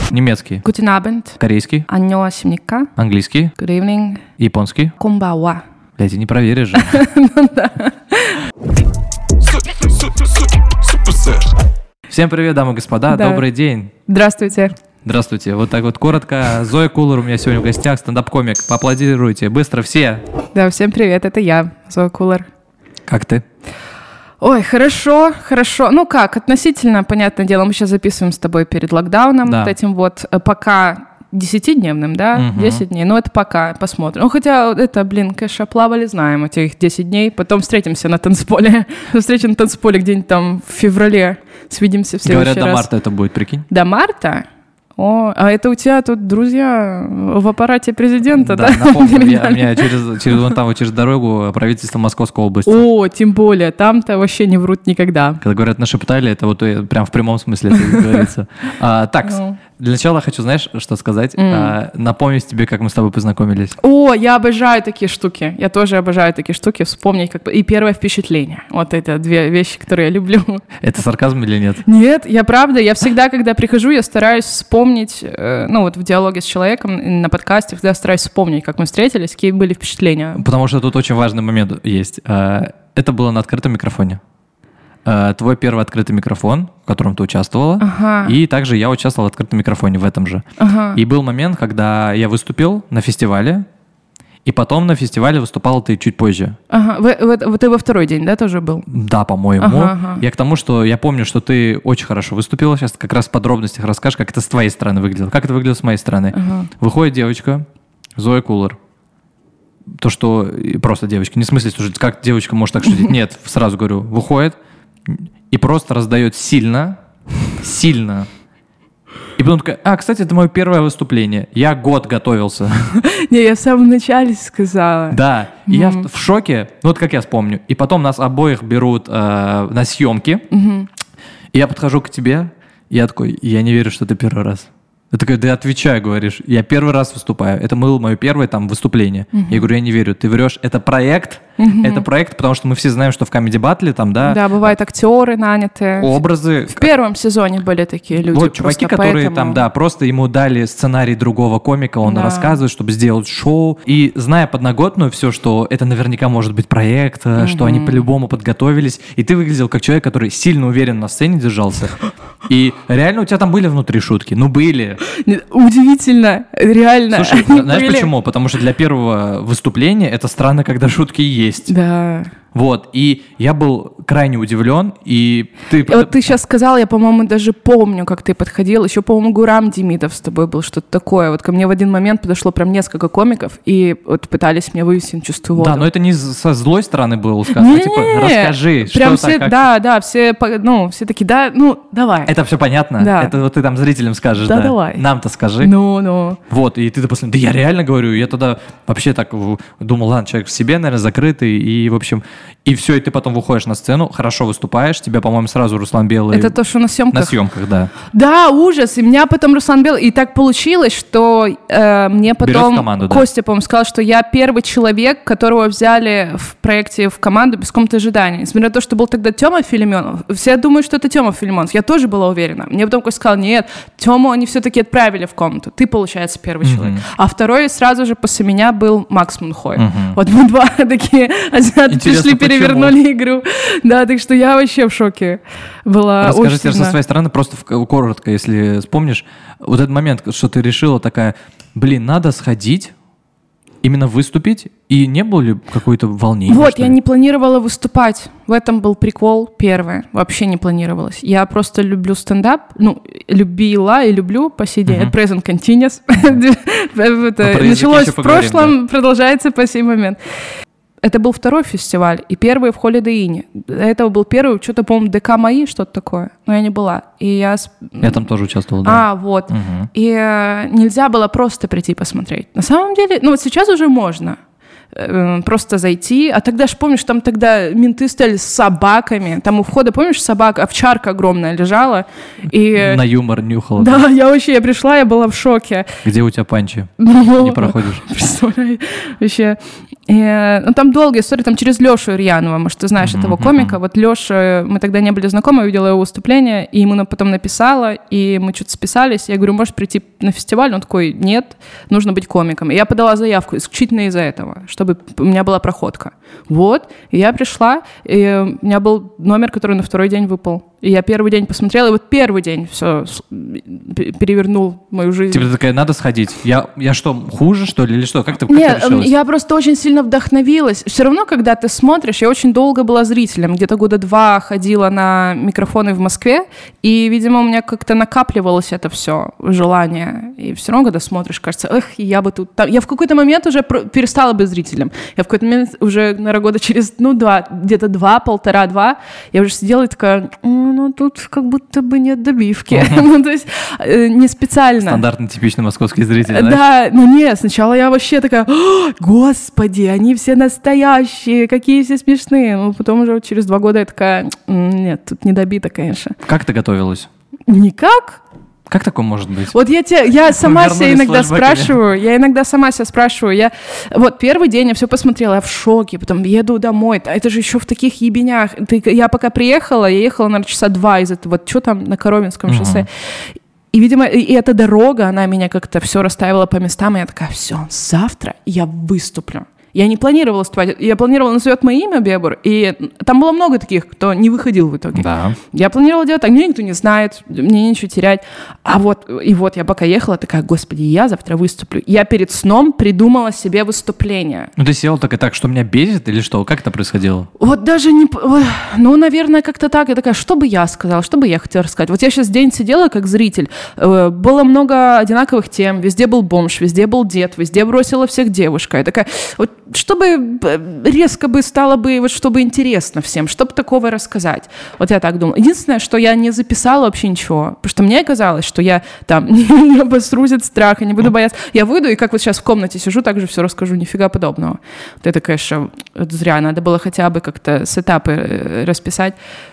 Немецкий. Guten Abend. Корейский. 안녕하십니까. Английский. Good evening. Японский. Konbanwa. Блядь, не проверишь же. Всем привет, дамы и господа. Да. Добрый день. Здравствуйте. Здравствуйте. Вот так вот коротко. Зоя Кулер у меня сегодня в гостях, стендап-комик. Поаплодируйте. Быстро все. Да, всем привет, это я, Зоя Кулер. Как ты? Ой, хорошо. Ну как, относительно, понятное дело, мы сейчас записываем с тобой перед локдауном, Да. вот этим вот, пока 10-дневным, да, 10 дней, ну это пока, посмотрим. Ну хотя это, конечно, плавали, знаем этих 10 дней, потом встретимся на танцполе, встреча на танцполе где-нибудь там в феврале, свидимся в следующий Говорят, до раз. марта это будет, прикинь? До марта? О, а это у тебя тут друзья в аппарате президента, да? Напомню, меня через дорогу правительство Московской области. О, тем более, там-то вообще не врут никогда. Когда говорят нашептали, это вот прям в прямом смысле это говорится. Так, для начала хочу, знаешь, что сказать? Напомнить тебе, как мы с тобой познакомились. О, я обожаю такие штуки. Я тоже обожаю такие штуки. Вспомнить и первое впечатление. Вот это две вещи, которые я люблю. Это сарказм или нет? Нет, я всегда, когда прихожу, я стараюсь вспомнить, ну вот в диалоге с человеком, на подкасте, всегда стараюсь вспомнить, как мы встретились, какие были впечатления. Потому что тут очень важный момент есть. Это было на открытом микрофоне. Твой первый открытый микрофон, в котором ты участвовала, и также я участвовал в открытом микрофоне в этом же. И был момент, когда я выступил на фестивале, и потом на фестивале выступал ты чуть позже. Ты во второй день, да, тоже был? Да, по-моему. Я к тому, что я помню, что ты очень хорошо выступила. Сейчас как раз в подробностях расскажешь, как это с твоей стороны выглядело. Как это выглядело с моей стороны. Выходит девочка, Зоя Кулер. То, что просто девочка. Не в смысле, что как девочка может так шутить. Нет, сразу говорю, выходит и просто раздает сильно. И потом такая, кстати, это мое первое выступление. Я год готовился. Не, я в самом начале сказала. Да, и я в шоке, ну вот как я вспомню. И потом нас обоих берут на съемки. И я подхожу к тебе, и я такой, я не верю, что ты первый раз. Ты такой, да отвечай, говоришь, я первый раз выступаю. Это было мое первое там выступление. Я говорю, я не верю, ты врешь, это проект. Это проект, потому что мы все знаем, что в Comedy Battle там, да. Да, бывают актеры нанятые. Образы. В первом сезоне были такие люди. Вот чуваки, которые поэтому... там, да, просто ему дали сценарий другого комика, он рассказывает, чтобы сделать шоу. И зная подноготную все, что это наверняка может быть проект, что они по-любому подготовились. И ты выглядел как человек, который сильно уверен на сцене держался. И реально у тебя там были внутри шутки? Ну, были. Удивительно, реально. Слушай, знаешь почему? Потому что для первого выступления это странно, когда шутки есть. Да. Вот, и я был крайне удивлен, и ты... Вот ты сейчас сказал, я, по-моему, даже помню, как ты подходил, еще, по-моему, Гурам Демидов с тобой был, что-то такое. Вот ко мне в один момент подошло прям несколько комиков, и вот пытались мне вывести на чувство воду. Да, но это не со злой стороны было сказано, а типа, расскажи, прям что все, так, да, все такие, да, ну, давай. Это все понятно? Да. Это вот ты там зрителям скажешь, да? Давай. Нам-то скажи. Ну. Вот, и ты после, да я реально говорю, я тогда вообще так думал, ладно, человек в себе, наверное, закрытый, и, в общем, и все, и ты потом выходишь на сцену, хорошо выступаешь, тебя, по-моему, сразу Руслан Белый... Это то, что на съемках? На съемках, да. Да, ужас, и меня потом Руслан Белый... И так получилось, что мне потом команду, Костя, по-моему, сказал, что я первый человек, которого взяли в проекте в команду без какого-то ожидания. Несмотря на то, что был тогда Тёма Филимонов. Все думают, что это Тёма Филимонов. Я тоже была уверена. Мне потом Костя сказал, нет, Тёму они все-таки отправили в комнату. Ты, получается, первый человек. А второй сразу же после меня был Макс Мунхой. Вот мы два такие азиаты пришли, перевернули игру. Да, так что я вообще в шоке была. Расскажите со своей стороны, просто коротко, если вспомнишь, вот этот момент, что ты решила такая, надо сходить, именно выступить, и не было ли какое-то волнение? Вот, я не планировала выступать. В этом был прикол первый. Вообще не планировалось. Я просто люблю стендап. Ну, любила и люблю по сей день. Present continuous. Началось в прошлом, продолжается по сей момент. Это был второй фестиваль, и первый в Холидей-Инне. До этого был первый, что-то, по-моему, ДК МАИ, что-то такое. Но я не была. И я там тоже участвовала, да. Вот. И нельзя было просто прийти посмотреть. На самом деле, вот сейчас уже можно просто зайти. А тогда ж, помнишь, там тогда менты стояли с собаками. Там у входа, помнишь, собака, овчарка огромная лежала. И... На юмор нюхала. Да, я пришла, я была в шоке. Где у тебя панчи? Не проходишь. Представляю, вообще. Ну, там долгая история, там через Лешу Ильянова, может, ты знаешь этого комика. Вот Леша, мы тогда не были знакомы, увидела его выступление, и ему потом написала, и мы что-то списались. Я говорю, можешь прийти на фестиваль? Он такой, нет, нужно быть комиком. И я подала заявку исключительно из-за этого, чтобы у меня была проходка. Вот, и я пришла, и у меня был номер, который на второй день выпал. И я первый день посмотрела, и вот первый день все перевернул мою жизнь. Типа ты такая, надо сходить. Я что, хуже, что ли, или что? Как ты Нет, решилась? я просто очень сильно вдохновилась. Все равно, когда ты смотришь, я очень долго была зрителем. Где-то года 2 ходила на микрофоны в Москве, и, видимо, у меня как-то накапливалось это все, желание. И все равно, когда смотришь, кажется, я бы тут... Я в какой-то момент уже перестала быть зрителем. Я в какой-то момент уже, наверное, года через, где-то 2, я уже сидела и такая... Ну, тут как будто бы нет добивки. Ну, то есть не специально. Стандартный, типичный московский зритель, знаешь? Да, но нет, сначала я вообще такая, господи, они все настоящие, какие все смешные. Ну, потом уже через 2 года я такая, нет, тут не добито, конечно. Как ты готовилась? Никак. Как такое может быть? Вот я сама себя иногда спрашиваю, вот первый день я все посмотрела, я в шоке, потом еду домой, это же еще в таких ебенях. Я пока приехала, я ехала, наверное, часа 2 из этого, вот что там на Коровинском шоссе. И, видимо, и эта дорога, она меня как-то все расставила по местам, и я такая, все, завтра я выступлю. Я не планировала выступать, я планировала назовет мое имя Бебур, и там было много таких, кто не выходил в итоге. Да. Я планировала делать так, меня никто не знает, мне нечего терять. И вот я пока ехала, такая, господи, я завтра выступлю. Я перед сном придумала себе выступление. Ну ты села так, что меня бесит или что? Как это происходило? Вот даже не... Ну, наверное, как-то так. Я такая, что бы я сказала, что бы я хотела рассказать? Вот я сейчас день сидела как зритель, было много одинаковых тем, везде был бомж, везде был дед, везде бросила всех девушка. Я такая, вот чтобы резко бы стало бы, вот чтобы интересно всем, чтобы такого рассказать. Вот я так думала. Единственное, что я не записала вообще ничего, потому что мне казалось, что я там не обосрусь от страха, не буду бояться. Я выйду и как вот сейчас в комнате сижу, так же все расскажу, нифига подобного. Вот это, конечно, зря. Надо было хотя бы как-то сетапы расписать.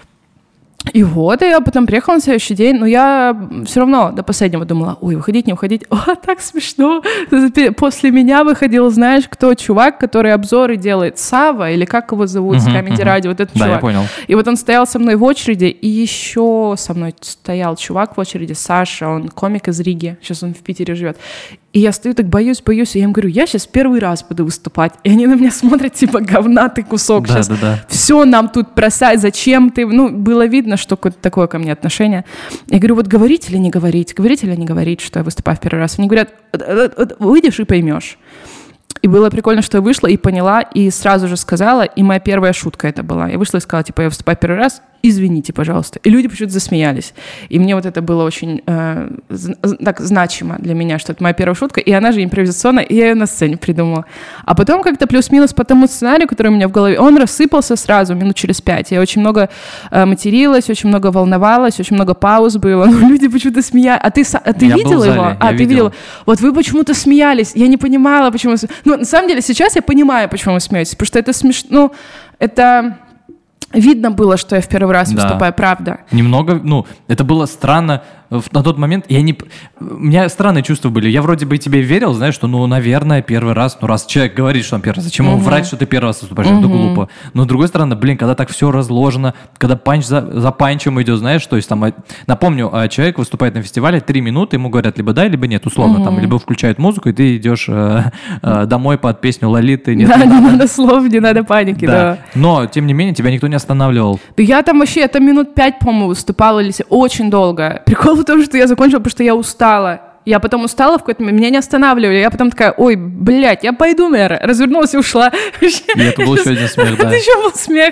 И вот, и я потом приехала на следующий день, но я все равно до последнего думала, ой, выходить, не уходить, так смешно. После меня выходил, знаешь, кто? Чувак, который обзоры делает, Сава, или как его зовут, с Comedy Radio, вот этот чувак. Да, я понял. И вот он стоял со мной в очереди, и еще со мной стоял чувак в очереди, Саша, он комик из Риги, сейчас он в Питере живет. И я стою так, боюсь, и я им говорю, я сейчас первый раз буду выступать. И они на меня смотрят, типа, говна ты кусок. Да, сейчас да. все нам тут бросать, зачем ты? Ну, было видно, что какое-то такое ко мне отношение. Я говорю, вот говорить или не говорить, что я выступаю в первый раз. Они говорят, выйдешь и поймешь. И было прикольно, что я вышла и поняла, и сразу же сказала, и моя первая шутка это была. Я вышла и сказала, типа, я выступаю первый раз, извините, пожалуйста. И люди почему-то засмеялись. И мне вот это было очень так значимо для меня, что это моя первая шутка, и она же импровизационная, и я ее на сцене придумала. А потом как-то плюс-минус по тому сценарию, который у меня в голове, он рассыпался сразу, минут через 5. Я очень много материлась, очень много волновалась, очень много пауз было, но люди почему-то смеялись. А ты видела его? Я видел. Вот вы почему-то смеялись. Я не понимала, почему... Ну, на самом деле, сейчас я понимаю, почему вы смеетесь, потому что это смешно. Ну, это... Видно было, что я в первый раз выступаю, правда. Немного, это было странно на тот момент. У меня странные чувства были. Я вроде бы тебе верил, знаешь, что, наверное, первый раз. Раз человек говорит, что он первый раз, зачем ему врать, что ты первый раз выступаешь? Это глупо. Но с другой стороны, когда так все разложено, когда панч за панчем идет, знаешь, то есть там, напомню, человек выступает на фестивале 3 минуты, ему говорят либо да, либо нет, условно, там, либо включают музыку, и ты идешь домой под песню Лолиты. Нет, да, не надо слов, не надо паники, да. Но, тем не менее, тебя никто не останавливал. Да я там вообще, это минут 5, по-моему, выступала, или очень долго. Прикол в том, что я закончила, потому что я устала. Я потом устала в какой-то момент, меня не останавливали. Я потом такая, ой, блядь, я пойду, наверное. Развернулась и ушла. И это был еще один смех, да. Это еще был смех.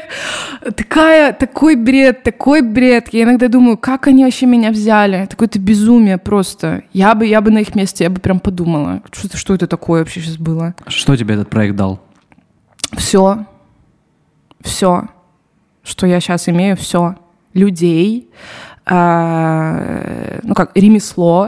Такой бред. Я иногда думаю, как они вообще меня взяли? Такое-то безумие просто. Я бы на их месте, я бы прям подумала, что это такое вообще сейчас было. Что тебе этот проект дал? Все, что я сейчас имею, все. Людей, ремесло,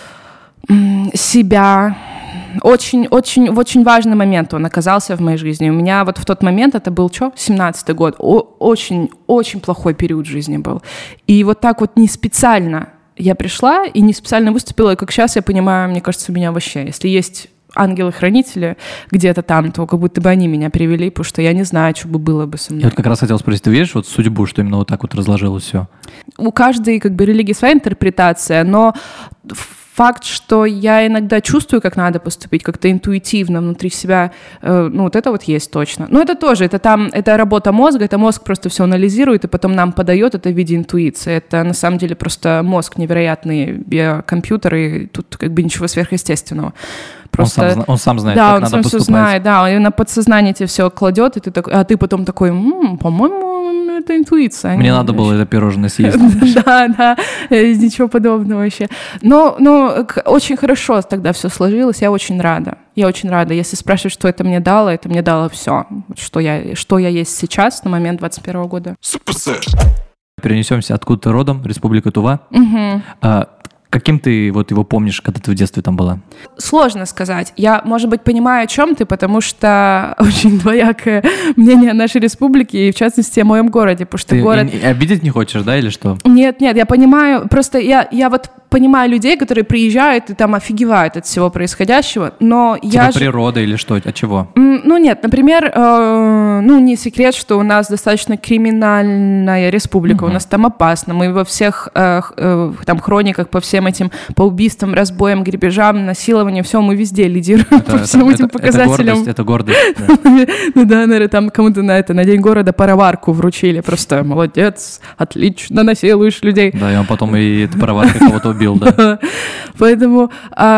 себя. Очень важный момент он оказался в моей жизни. У меня вот в тот момент, это был 17-й год, очень плохой период жизни был. И вот так вот не специально я пришла и не специально выступила, и как сейчас я понимаю, мне кажется, у меня вообще, если есть ангелы-хранители где-то там, то как будто бы они меня привели, потому что я не знаю, что бы было бы со мной. Я вот как раз хотел спросить, ты веришь вот в судьбу, что именно вот так вот разложилось все? У каждой как бы религии своя интерпретация, но факт, что я иногда чувствую, как надо поступить, как-то интуитивно внутри себя, ну, вот это вот есть точно. Но это тоже, это работа мозга, это мозг просто все анализирует и потом нам подает это в виде интуиции. Это на самом деле просто мозг невероятный биокомпьютер, и тут как бы ничего сверхъестественного. Просто, он сам знает, да, как надо поступать. Да, он сам все знает, да, он на подсознание тебе все кладет, и ты такой, а ты потом такой, по-моему, это интуиция. Мне надо было это пирожное съесть. Да, ничего подобного вообще. Но очень хорошо тогда все сложилось, я очень рада. Если спрашивать, что это мне дало все, что я есть сейчас на момент 21 года. Перенесемся, откуда ты родом, Республика Тува. Каким ты вот его помнишь, когда ты в детстве там была? Сложно сказать. Я, может быть, понимаю, о чем ты, потому что очень двоякое мнение о нашей республике и, в частности, о моем городе, потому что ты город... обидеть не хочешь, да, или что? Нет, я понимаю, просто я вот понимаю людей, которые приезжают и там офигевают от всего происходящего, но я же... природа или что, от чего? Ну нет, например, не секрет, что у нас достаточно криминальная республика, у нас там опасно, мы во всех там хрониках по всем этим, по убийствам, разбоям, грабежам, насилованию, все, мы везде лидируем по всем этим показателям. Это гордость. Ну да, наверное, там кому-то на День города пароварку вручили, просто молодец, отлично, насилуешь людей. Да, и он потом и эта пароварка кого-то убил, да. Поэтому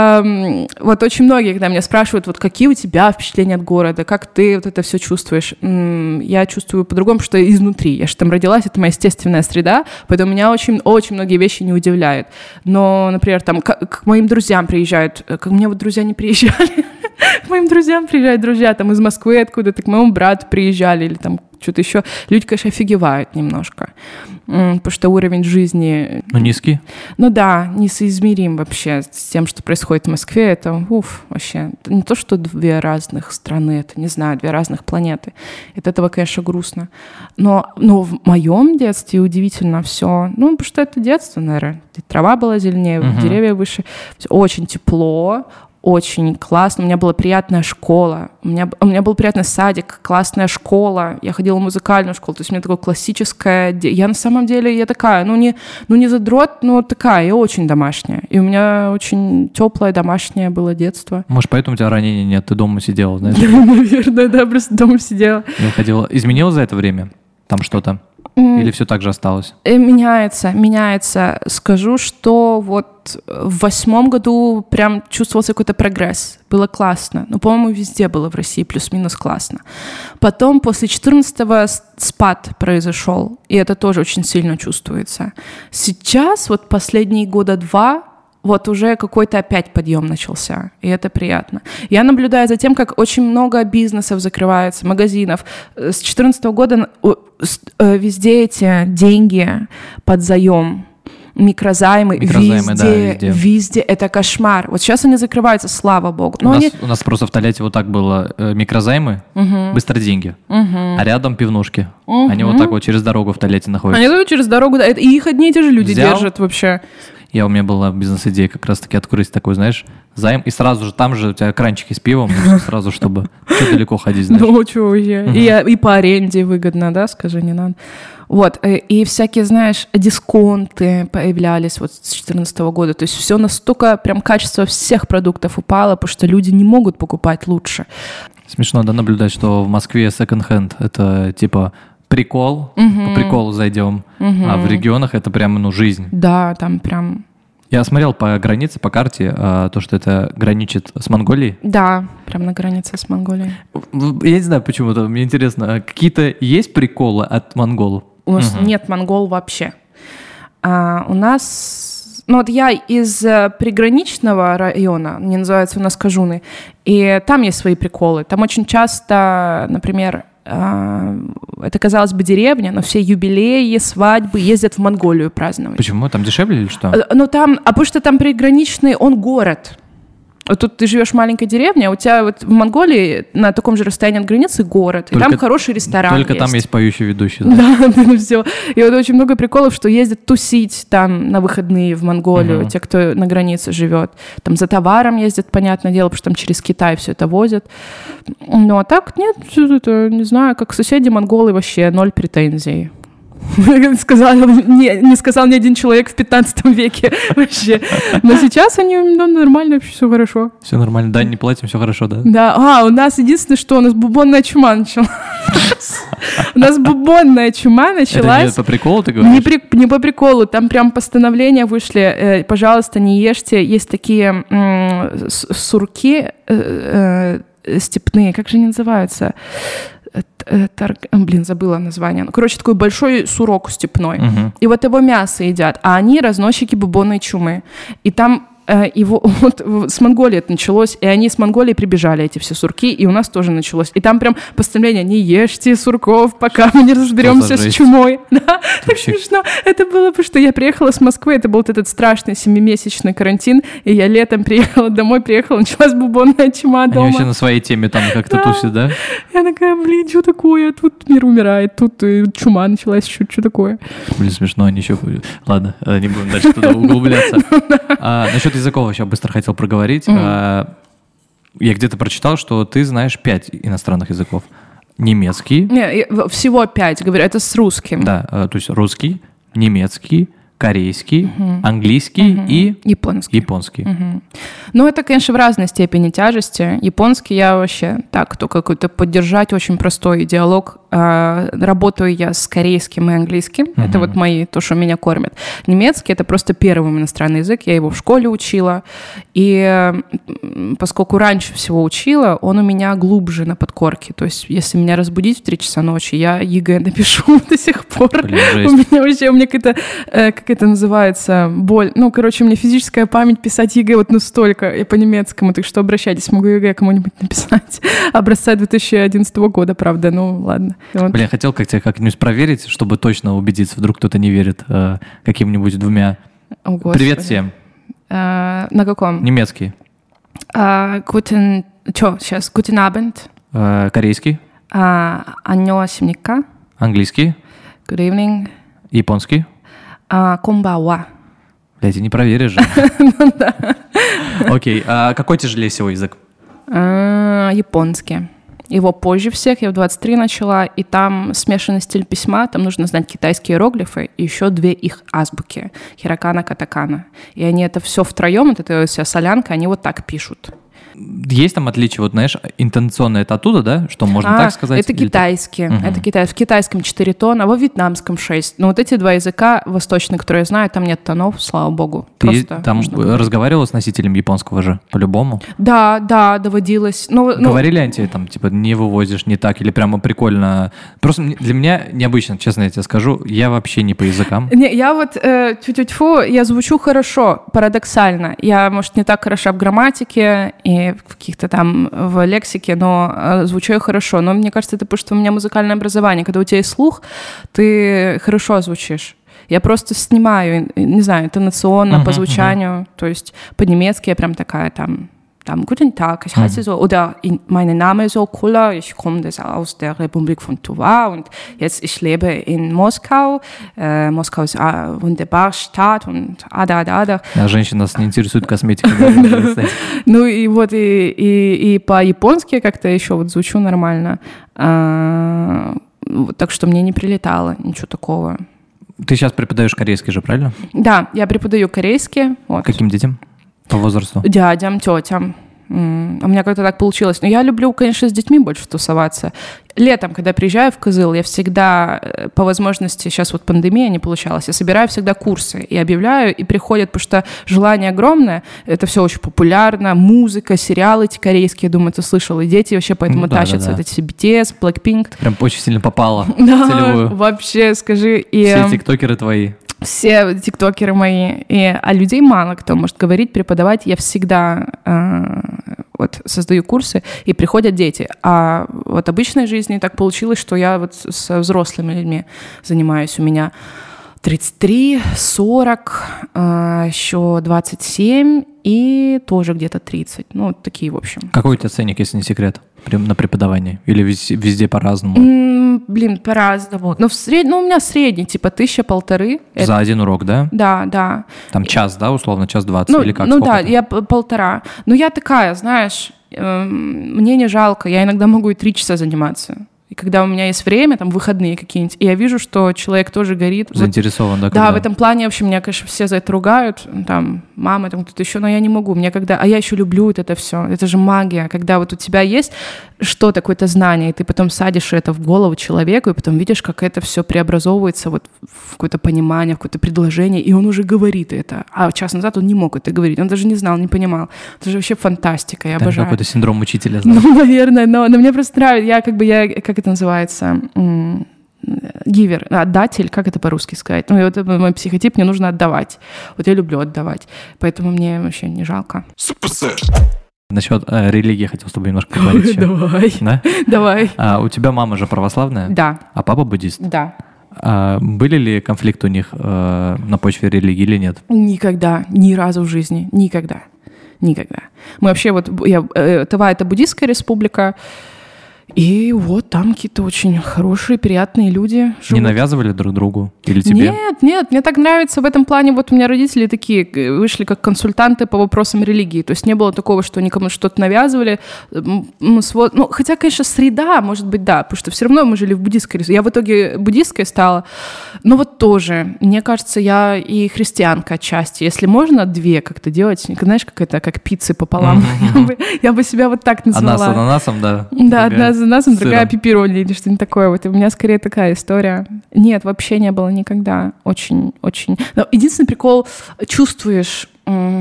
вот очень многие, когда меня спрашивают, вот какие у тебя впечатления от города, как ты вот это все чувствуешь, я чувствую по-другому, что изнутри. Я же там родилась, это моя естественная среда, поэтому меня очень многие вещи не удивляют. Но, например, там к моим друзьям приезжают, как мне вот друзья не приезжали, к моим друзьям приезжают друзья там из Москвы откуда-то, к моему брату приезжали или там что-то еще. Люди, конечно, офигевают немножко, потому что уровень жизни... низкий? Ну да, несоизмерим вообще с тем, что происходит в Москве. Это, вообще, это не то, что две разных страны, это, не знаю, две разных планеты. От этого, конечно, грустно. Но в моем детстве удивительно все. Ну, потому что это детство, наверное. Трава была зеленее, деревья выше. Очень тепло, очень классно. У меня была приятная школа. У меня был приятный садик, классная школа. Я ходила в музыкальную школу. То есть у меня такое классическое... Я на самом деле, я такая, не задрот, но такая, я очень домашняя. И у меня очень теплое домашнее было детство. Может, поэтому у тебя ранений нет? Ты дома сидела, знаешь? Наверное, да, просто дома сидела. Я ходила. Изменилось за это время? Там что-то? Или все так же осталось? Меняется. Скажу, что вот в 2008 году прям чувствовался какой-то прогресс. Было классно. Но, по-моему, везде было в России плюс-минус классно. Потом после 14-го спад произошел, и это тоже очень сильно чувствуется. Сейчас, вот последние года 2, вот уже какой-то опять подъем начался, и это приятно. Я наблюдаю за тем, как очень много бизнесов закрывается, магазинов. С 2014 года везде эти деньги под заем, микрозаймы везде. Это кошмар. Вот сейчас они закрываются, слава богу. Но у нас просто в Тольятти вот так было. Микрозаймы, быстро деньги, а рядом пивнушки. Они вот так вот через дорогу в Тольятти находятся. Они через дорогу, да. И их одни и те же люди держат вообще. У меня была бизнес-идея как раз-таки открыть такой, знаешь, займ, и сразу же там же у тебя кранчики с пивом, сразу, чтобы что далеко ходить, знаешь. Ну, что вообще. И по аренде выгодно, да, скажи, не надо. Вот, и всякие, знаешь, дисконты появлялись вот с 2014 года, то есть все настолько, прям качество всех продуктов упало, потому что люди не могут покупать лучше. Смешно, да, наблюдать, что в Москве секонд-хенд — это типа... прикол, по приколу зайдем, а в регионах это прям, жизнь. Да, там прям... Я смотрел по границе, по карте, то, что это граничит с Монголией. Да, прям на границе с Монголией. Я не знаю, почему-то, мне интересно, какие-то есть приколы от монголов? У нас нет монгол вообще. У нас... вот я из приграничного района, не называется у нас Кажуны, и там есть свои приколы. Там очень часто, например... это, казалось бы, деревня, но все юбилеи, свадьбы ездят в Монголию праздновать. Почему? Там дешевле или что? Потому что там приграничный, он город. Вот тут ты живешь в маленькой деревне, а у тебя вот в Монголии на таком же расстоянии от границы город, и там хороший ресторан Только там есть поющий ведущий. Да, все. И вот очень много приколов, что ездят тусить там на выходные в Монголию, те, кто на границе живет. Там за товаром ездят, понятное дело, потому что там через Китай все это возят. Ну, а так нет, это, не знаю, как соседи монголы вообще 0 претензий. Не сказал ни один человек в 15 веке вообще. Но сейчас они нормально, вообще все хорошо. Все нормально, дань не платим, все хорошо, да? Да, у нас единственное, что у нас бубонная чума началась. У нас бубонная чума началась. Это не по приколу ты говоришь? Не по приколу, там прям постановления вышли, пожалуйста, не ешьте. Есть такие сурки степные, как же они называются? Забыла название. Короче, такой большой сурок степной. И вот его мясо едят, а они разносчики бубонной чумы. И там его вот с Монголии это началось, и они с Монголии прибежали, эти все сурки, и у нас тоже началось. И там прям постановление: не ешьте сурков, пока мы не разберемся с чумой. Да, так смешно. Это было, потому что я приехала с Москвы, это был вот этот страшный 7-месячный карантин, и я летом приехала домой, началась бубонная чума дома. Они вообще на своей теме там как-то тусят, да? Я такая, что такое? Тут мир умирает, тут чума началась, что такое? Смешно, они еще... Ладно, не будем дальше туда углубляться. Насчет языков еще быстро хотел проговорить. Я где-то прочитал, что ты знаешь 5 иностранных языков. Немецкий. Не, всего 5, говорю, это с русским. Да, то есть русский, немецкий, корейский, английский и японский. Ну, это, конечно, в разной степени тяжести. Японский я вообще так, только какой-то поддержать очень простой диалог. Работаю я с корейским и английским. Это вот то, что меня кормят. Немецкий — это просто первый иностранный язык. Я его в школе учила. И поскольку раньше всего учила, он у меня глубже на подкорке. То есть если меня разбудить в 3 часа ночи, я ЕГЭ напишу до сих пор. У меня какая-то, как это называется, боль. Ну, короче, у меня физическая память писать ЕГЭ вот настолько. Я по немецкому, так что обращайтесь, могу ЕГЭ кому-нибудь написать. Образца 2011 года, правда, ну ладно. Вот. Блин, хотел тебя как-нибудь проверить, чтобы точно убедиться, вдруг кто-то не верит каким-нибудь 2. Привет всем. На каком? Немецкий. Guten Abend. Корейский. 안녕하십니까. Английский. Good evening. Японский. Konbanwa. Блядь, ты не проверишь же. Ну да. Окей, а какой тяжелее всего язык? Японский. Его позже всех, я в 23 начала, и там смешанный стиль письма, там нужно знать китайские иероглифы и еще 2 их азбуки, хирокана, катакана. И они это все втроем, вот эта вся солянка, они вот так пишут. Есть там отличие, вот знаешь, интонационное это оттуда, да? Что можно так сказать? Это китайский. Это в китайском 4 тона, а во вьетнамском 6. Но вот эти 2 языка восточные, которые я знаю, там нет тонов, слава богу. Ты там разговаривала с носителем японского же, по-любому? Да, доводилось. Говорили они тебе там, типа, не вывозишь, не так, или прямо прикольно? Просто для меня необычно, честно я тебе скажу, я вообще не по языкам. Не, я вот, тьфу-тьфу, я звучу хорошо, парадоксально. Я, может, не так хороша в грамматике и в каких-то там в лексике, но звучу я хорошо. Но мне кажется, это потому что у меня музыкальное образование. Когда у тебя есть слух, ты хорошо звучишь. Я просто снимаю, не знаю, интонационно, по звучанию. То есть по-немецки я прям такая там guten Tag, ich heiße so, oder mein Name ist so Kula, ich komme aus der Republik von Tuva und jetzt ich lebe in Moskau. Moskau ist eine wunderbare Stadt und да. А женщин нас не интересует косметика. Ну и вот, и по-японски как-то еще вот звучу нормально. Так что мне не прилетало ничего такого. Ты сейчас преподаешь корейский же, правильно? Да, я преподаю корейский. Вот. Каким детям? По возрасту? Дядям, тетям. У меня как-то так получилось. Но я люблю, конечно, с детьми больше тусоваться. Летом, когда приезжаю в Кызыл, я всегда, по возможности, сейчас вот пандемия не получалась, я собираю всегда курсы и объявляю, и приходят, потому что желание огромное, это все очень популярно, музыка, сериалы эти корейские, думаю, ты слышал, и дети вообще поэтому тащатся, это все BTS, Blackpink. Прям очень сильно попало. Да, вообще, скажи. Все тиктокеры твои. Все тиктокеры мои, а людей мало кто может говорить, преподавать. Я всегда вот создаю курсы, и приходят дети. А вот в обычной жизни так получилось, что я вот со взрослыми людьми занимаюсь. У меня 33, 40, еще 27 и тоже где-то 30. Ну, вот такие, в общем. Какой у тебя ценник, если не секрет, на преподавании? Или везде по-разному? Блин, по-разному. Но у меня средний, типа 1000-1500. За один урок, да? Да. Там час, да, условно, час 20 или как? Ну да, я 1,5. Но я такая, знаешь, мне не жалко, я иногда могу и 3 часа заниматься. И когда у меня есть время, там, выходные какие-нибудь, и я вижу, что человек тоже горит. Заинтересован, да? Да, в этом плане, в общем, меня, конечно, все за это ругают, там, мама, там, кто-то еще, но я не могу. А я еще люблю вот это все. Это же магия, когда вот у тебя есть что-то, какое-то знание, и ты потом садишь это в голову человеку, и потом видишь, как это все преобразовывается вот в какое-то понимание, в какое-то предложение, и он уже говорит это. А час назад он не мог это говорить, он даже не знал, не понимал. Это же вообще фантастика, я обожаю. Какой-то синдром учителя, знаешь. Ну, наверное, но мне просто нравится. Как это называется? Гивер, отдатель, как это по-русски сказать? Ну, и вот мой психотип, мне нужно отдавать. Вот я люблю отдавать, поэтому мне вообще не жалко. Насчет религии хотел с тобой немножко поговорить. Давай. Да? Давай. У тебя мама же православная? Да. А папа буддист? Да. Были ли конфликты у них на почве религии или нет? Никогда, ни разу в жизни, никогда. Мы вообще Тыва — это буддийская республика, и вот там какие-то очень хорошие, приятные люди живут. Не навязывали друг другу или тебе? Нет, мне так нравится в этом плане. Вот у меня родители такие вышли как консультанты по вопросам религии. То есть не было такого, что они кому-то что-то навязывали. Хотя, конечно, среда, может быть, да, потому что все равно мы жили в буддийской. Я в итоге буддийской стала. Но вот тоже, мне кажется, я и христианка отчасти. Если можно 2 как-то делать, знаешь, как пиццы пополам. Я бы себя вот так назвала. Одна с ананасом, да? Да, одна с ананасом, другая пепперони или что-нибудь такое. Вот у меня скорее такая история. Нет, вообще не было никогда. Очень. Но единственный прикол, чувствуешь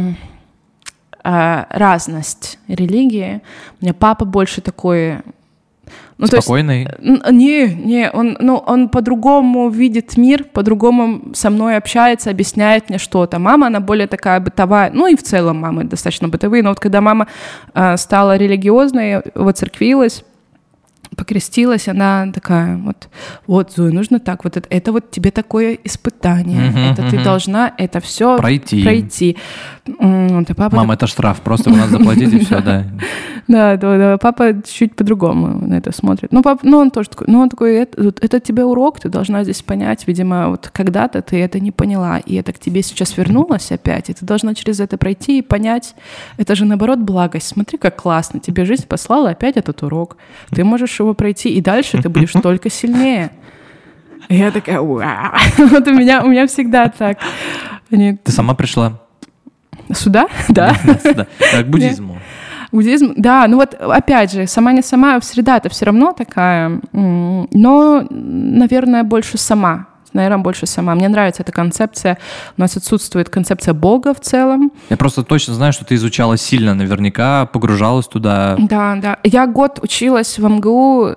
разность религии. У меня папа больше такой... Спокойный? Он по-другому видит мир, по-другому со мной общается, объясняет мне что-то. Мама, она более такая бытовая, и в целом мамы достаточно бытовые, но вот когда мама стала религиозной, воцерквилась, покрестилась, она такая, вот, Зоя, нужно так, вот это вот тебе такое испытание, это ты должна это все пройти. Мама, это штраф, просто надо заплатить и все, да. Да, папа чуть по-другому на это смотрит. Он тоже такой, это тебе урок, ты должна здесь понять, видимо, вот когда-то ты это не поняла, и это к тебе сейчас вернулось опять, и ты должна через это пройти и понять, это же, наоборот, благость. Смотри, как классно, тебе жизнь послала опять этот урок, ты можешь его пройти, и дальше ты будешь только сильнее. И я такая, уа. Вот у меня всегда так. Ты сама пришла? Сюда? Да. К буддизму. Буддизм, да, опять же, сама не сама, среда-то все равно такая, но, наверное, больше сама. Мне нравится эта концепция. У нас отсутствует концепция Бога в целом. Я просто точно знаю, что ты изучала сильно, наверняка погружалась туда. Да. Я год училась в МГУ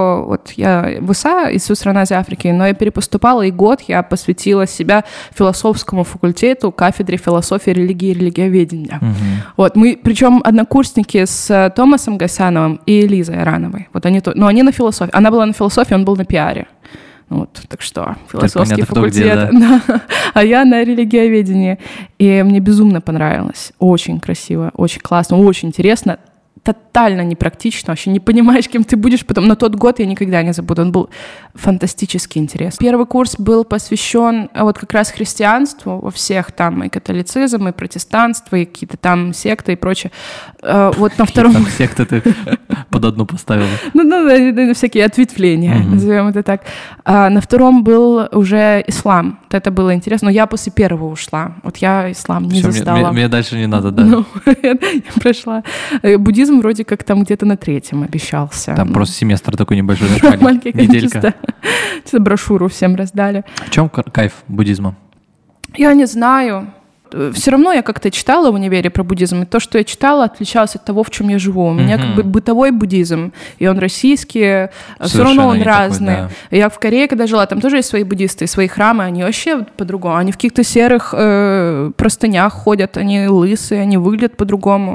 я в ИСА, Институт стран Азии и Африки, но я перепоступала, и год я посвятила себя философскому факультету, кафедре философии, религии и религиоведения. Мы, причем однокурсники с Томасом Гасановым и Лизой Арановой. Они на философии. Она была на философии, он был на пиаре. Так что философский факультет, да. А я на религиоведении. И мне безумно понравилось. Очень красиво, очень классно, очень интересно. Тотально непрактично, вообще не понимаешь, кем ты будешь потом. Но тот год я никогда не забуду, он был фантастически интересный. Первый курс был посвящен как раз христианству во всех там, и католицизм, и протестанство, и какие-то там секты и прочее. На втором... Там секты ты под одну поставила. Всякие ответвления, назовем это так. На втором был уже ислам. Это было интересно, но я после первого ушла. Я ислам не застала. Мне дальше не надо, да. Я прошла. Буддизм вроде как там где-то на 3-м обещался. Там просто семестр такой небольшой. Маленький, неделька. Брошюру всем раздали. В чем кайф буддизма? Я не знаю. Все равно я как-то читала в универе про буддизм, и то, что я читала, отличалось от того, в чем я живу. У меня бытовой буддизм, и он российский, все равно он разный. Такой, да. Я в Корее, когда жила, там тоже есть свои буддисты, свои храмы, они вообще по-другому. Они в каких-то серых простынях ходят, они лысые, они выглядят по-другому.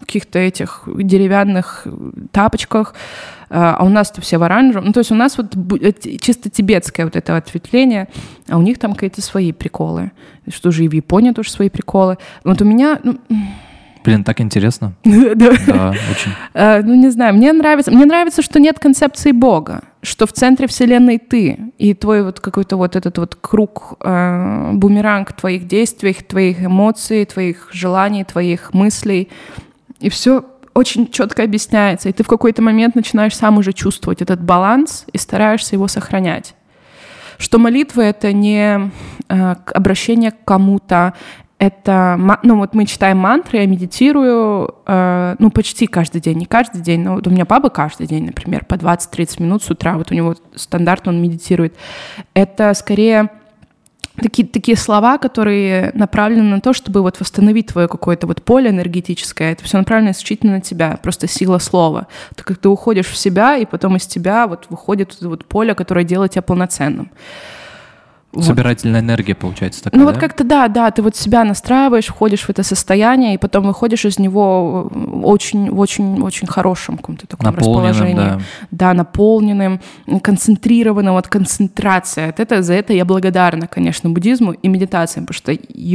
каких-то этих деревянных тапочках, а у нас-то все в оранжевом. Ну, то есть у нас вот чисто тибетское вот это ответвление, а у них там какие-то свои приколы. Что же и в Японии тоже свои приколы. Вот у меня... Блин, так интересно. Да, очень. Ну, не знаю, мне нравится, что нет концепции Бога, что в центре Вселенной ты, и твой вот какой-то вот этот вот круг, бумеранг твоих действий, твоих эмоций, твоих желаний, твоих мыслей, и все очень четко объясняется, и ты в какой-то момент начинаешь сам уже чувствовать этот баланс и стараешься его сохранять. Что молитва — это не обращение к кому-то, это, ну вот мы читаем мантры, я медитирую, ну почти каждый день, не каждый день, но вот у меня папа каждый день, например, по 20-30 минут с утра, вот у него стандартно он медитирует. Это скорее такие слова, которые направлены на то, чтобы вот восстановить твое какое-то вот поле энергетическое. Это все направлено исключительно на тебя, просто сила слова. Так как ты уходишь в себя, и потом из тебя вот выходит вот поле, которое делает тебя полноценным. Собирательная энергия, получается, такая, ну, вот как-то, да, ты вот себя настраиваешь, входишь в это состояние, и потом выходишь из него очень хорошим каком-то таком расположении. Да, наполненным, концентрированным, вот концентрация. За это я благодарна, конечно, буддизму и медитациям, потому что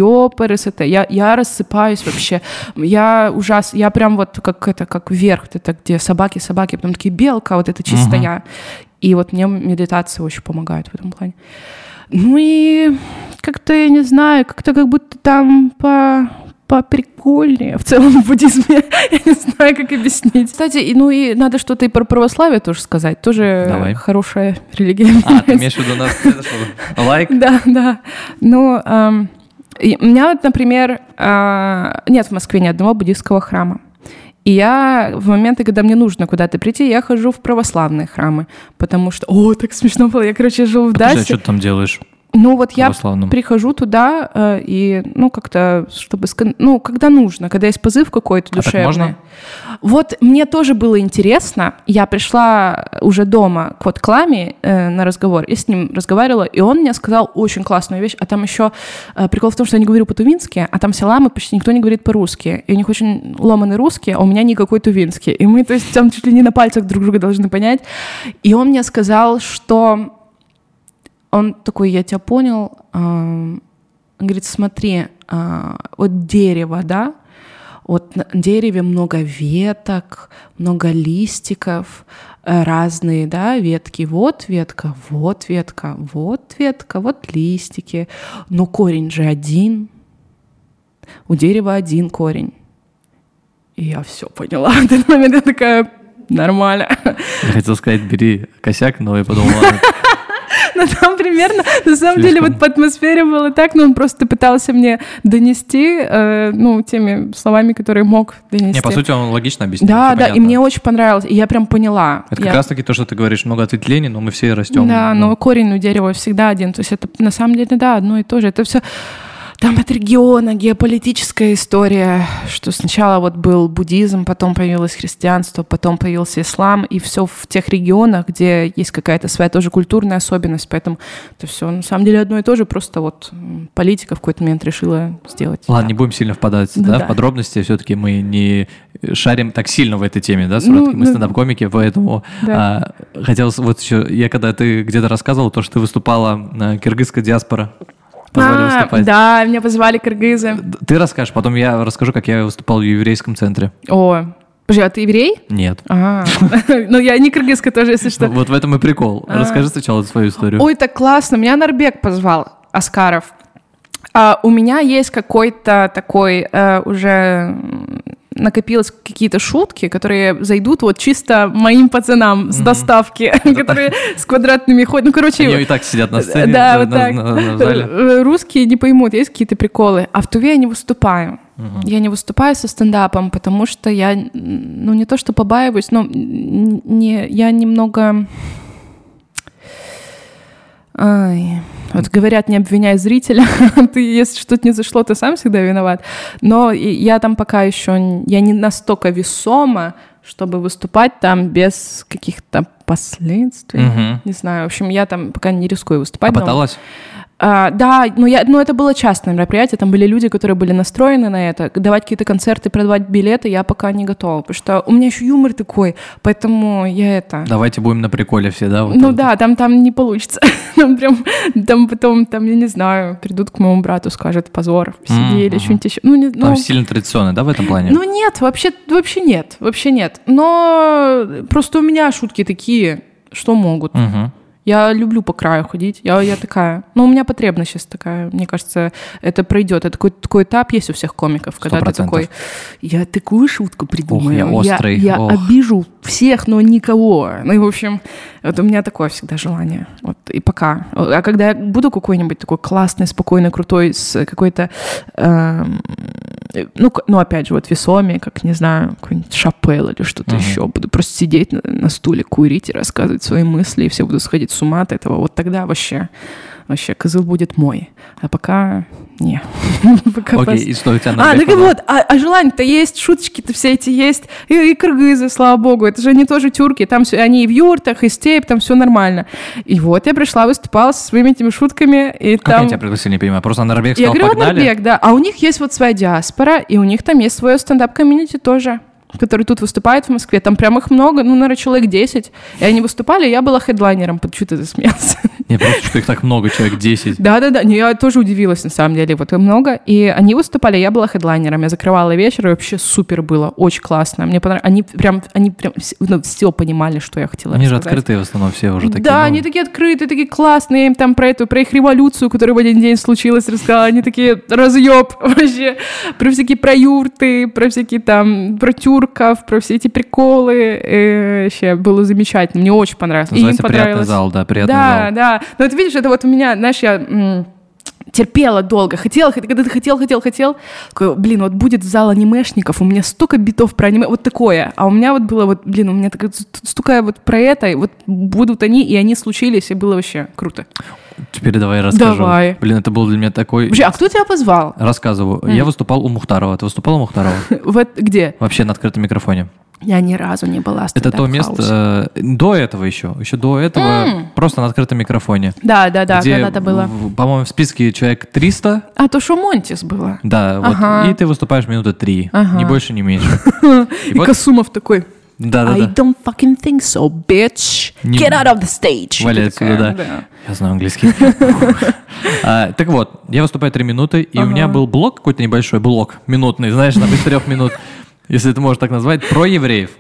я рассыпаюсь вообще, я прям вот как вверх, это где собаки, потом такие белка, вот это чисто я. И вот мне медитация очень помогает в этом плане. Ну и как-то, я не знаю, как будто там поприкольнее в целом в буддизме. Я не знаю, как объяснить. Кстати, ну и надо что-то и про православие тоже сказать. Тоже Давай. Хорошая религия. Ты имеешь в виду нас? Лайк? Да. Ну, у меня вот, например, нет в Москве ни одного буддистского храма. И я в моменты, когда мне нужно куда-то прийти, я хожу в православные храмы, потому что... О, так смешно было. Я, жил в Дасе. А что ты там делаешь? Ну, вот я прихожу туда, и, ну, как-то, чтобы... Ну, когда нужно, когда есть позыв какой-то душевный. Так можно? Вот мне тоже было интересно. Я пришла уже дома к Ламе на разговор, и с ним разговаривала, и он мне сказал очень классную вещь. А там еще прикол в том, что я не говорю по-тувински, а там все ламы почти никто не говорит по-русски. И у них очень ломаный русский, а у меня никакой тувинский. И мы, то есть, там чуть ли не на пальцах друг друга должны понять. И он мне сказал, что... Он такой: я тебя понял. Он говорит: смотри, вот дерево, да, вот на дереве много веток, много листиков, разные, да, ветки. Вот ветка, вот ветка, вот ветка, вот листики. Но корень же один. У дерева один корень. И я все поняла. В этот момент я такая: нормально. Я хотел сказать: бери косяк, но я подумал, ладно. Ну, там примерно, на самом деле, вот по атмосфере было так, но он просто пытался мне донести, ну, теми словами, которые мог донести. Не, по сути, он логично объяснил. Да, и мне очень понравилось, и я прям поняла. Это как раз-таки то, что ты говоришь, много ответвлений, но мы все растем. Да, но корень у дерева всегда один, то есть это на самом деле, да, одно и то же. Это все... Там от региона, геополитическая история, что сначала вот был буддизм, потом появилось христианство, потом появился ислам, и все в тех регионах, где есть какая-то своя тоже культурная особенность, поэтому это все на самом деле одно и то же, просто вот политика в какой-то момент решила сделать. Ладно, не будем сильно впадать в подробности, все-таки мы не шарим так сильно в этой теме, да, мы стендап-комики, поэтому хотелось вот еще, когда ты где-то рассказывал, то, что ты выступала на киргизской диаспоре. Выступать. Да, меня позвали киргизы. Ты расскажешь, потом я расскажу, как я выступал в еврейском центре. О, подожди, а ты еврей? Нет. Ну, я не киргизка тоже, если что. Вот в этом и прикол. Расскажи сначала свою историю. Ой, так классно. Меня Нарбек позвал, Аскаров. У меня есть какой-то такой уже... накопилось какие-то шутки, которые зайдут вот чисто моим пацанам с доставки, которые с квадратными ходят. Ну, короче... Они и так сидят на сцене, да, вот так. в зале. Русские не поймут, есть какие-то приколы. А в Туве я не выступаю. Я не выступаю со стендапом, потому что я, ну, не то что побаиваюсь, но я немного... Вот говорят, не обвиняй зрителя, ты, если что-то не зашло, ты сам всегда виноват. Но я там пока еще, я не настолько весома, чтобы выступать там без каких-то последствий. Не знаю, в общем, я там пока не рискую выступать. А пыталась? Да, но это было частное мероприятие, там были люди, которые были настроены на это. Давать какие-то концерты, продавать билеты я пока не готова, потому что у меня еще юмор такой, поэтому я это... Давайте будем на приколе все, да? Вот ну это. да, там не получится. Там потом, я не знаю, придут к моему брату, скажут, позор, сидели, что-нибудь еще. Там сильно традиционно, да, в этом плане? Ну нет, вообще нет. Но просто у меня шутки такие, что могут. Я люблю по краю ходить, я такая. Но у меня потребность сейчас такая, мне кажется, это пройдет. Это такой этап есть у всех комиков, когда 100%. Ты такой, я такую шутку придумаю. Я острый. Я обижу всех, но никого. Ну и, в общем, вот у меня такое всегда желание. Вот, и пока. А когда я буду какой-нибудь такой классный, спокойный, крутой, с какой-то... опять же, вот весомее, как, не знаю, какой-нибудь Шапел или что-то еще. Буду просто сидеть на стуле, курить и рассказывать свои мысли, и все будут сходить с ума от этого. Вот тогда вообще козыл будет мой. А пока не. Окей, и что у тебя на так вот, желание-то есть, шуточки-то все эти есть. И кыргызы, слава богу, это же они тоже тюрки, там все, они и в юртах, и степь, там все нормально. И вот я пришла, выступала со своими этими шутками. И как там... они тебя пригласили, не понимаю? Просто Норбег сказал, я говорю, погнали? Норбег, да. А у них есть вот своя диаспора, и у них там есть свое стендап-комьюнити тоже, который тут выступает в Москве. Там прям их много, наверное, человек 10. И они выступали, и я была хедлайнером. Почему ты засмеялся? Не, просто что их так много, человек 10. Да-да-да, я тоже удивилась, на самом деле. Вот их много. И они выступали, я была хедлайнером. Я закрывала вечер, и вообще супер было. Очень классно. Мне понравилось. Они прям все понимали, что я хотела рассказать. Они же открытые в основном все уже такие. Да, они такие открытые, такие классные. Я им там про их революцию, которая в один день случилась, рассказала. Они такие разъеб вообще. Про всякие про юрты, про всякие там, про тюрков, про все эти приколы. Вообще было замечательно. Мне очень понравилось. Называется приятный зал, да, приятный зал. Да. Но это, видишь, это вот у меня, знаешь, я терпела долго, хотела, когда ты хотел, такой, блин, вот будет зал анимешников, у меня столько битов про аниме, вот такое, а у меня вот было вот, блин, у меня столько вот про это, и вот будут они, и они случились, и было вообще круто. Теперь давай расскажу. Давай. Блин, это был для меня такой... Вообще, а кто тебя позвал? Рассказываю. Я выступал у Мухтарова. Ты выступал у Мухтарова? Где? Вообще на открытом микрофоне. Я ни разу не была в это то место до этого еще до этого просто на открытом микрофоне. Да, когда-то было. По-моему, в списке человек 300. А то шо Монтис было. Да, вот. И ты выступаешь минуты 3, ни больше, ни меньше. И Касумов такой. Да. I don't fucking think so, bitch. Get out of the stage. Валя отсюда, да. Я знаю английский. Так вот, я выступаю 3 минуты, и у меня был блок, какой-то небольшой блок, минутный, знаешь, там из 3 минут, если это можно так назвать, про евреев.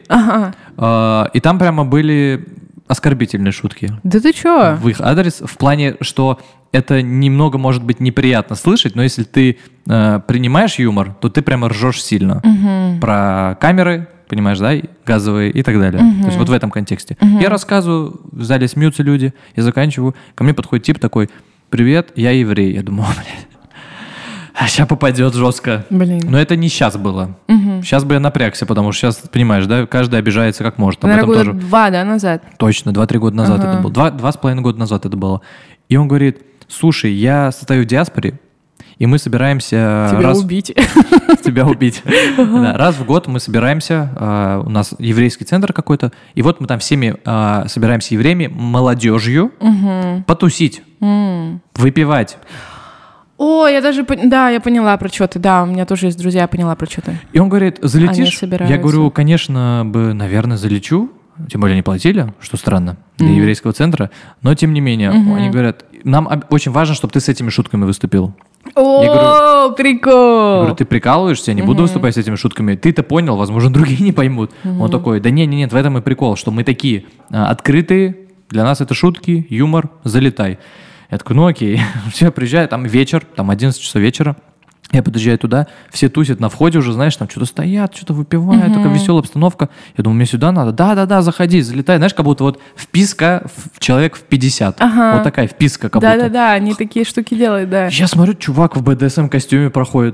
И там прямо были оскорбительные шутки. Да ты чё? В их адрес, в плане, что это немного может быть неприятно слышать, но если ты принимаешь юмор, то ты прямо ржешь сильно. Про камеры, понимаешь, да, газовые и так далее. То есть вот в этом контексте. Я рассказываю, в зале смеются люди, я заканчиваю, ко мне подходит тип такой: «Привет, я еврей». Я думаю, сейчас попадет жестко. Блин. Но это не сейчас было. Сейчас бы я напрягся, потому что сейчас, понимаешь, да, каждый обижается как может. Наверное, года тоже... 2, да, назад? Точно, 2-3 года назад это было. 2,5 года назад это было. И он говорит: слушай, я состою в диаспоре, и мы собираемся... Тебя убить. Раз в год мы собираемся, у нас еврейский центр какой-то, и вот мы там всеми собираемся евреями, молодежью, потусить, выпивать. О, я даже... Да, я поняла про что ты. Да, у меня тоже есть друзья, я поняла про что ты. И он говорит: залетишь? Я говорю, конечно, наверное, залечу. Тем более не платили, что странно, для еврейского центра. Но, тем не менее, они говорят: нам очень важно, чтобы ты с этими шутками выступил. О, прикол! Я говорю: ты прикалываешься, я не буду выступать с этими шутками. Ты-то понял, возможно, другие не поймут. Он такой: да нет, в этом и прикол, что мы такие открытые, для нас это шутки, юмор, залетай. Я такой: ну окей. Все, приезжаю, там вечер, там 11 часов вечера. Я подъезжаю туда, все тусят на входе уже, знаешь, там что-то стоят, что-то выпивают, такая веселая обстановка. Я думаю, мне сюда надо. Да, заходи, залетай. Знаешь, как будто вот вписка в человек в 50. Вот такая вписка как будто. Да, они такие штуки делают, да. Я смотрю, чувак в БДСМ-костюме проходит.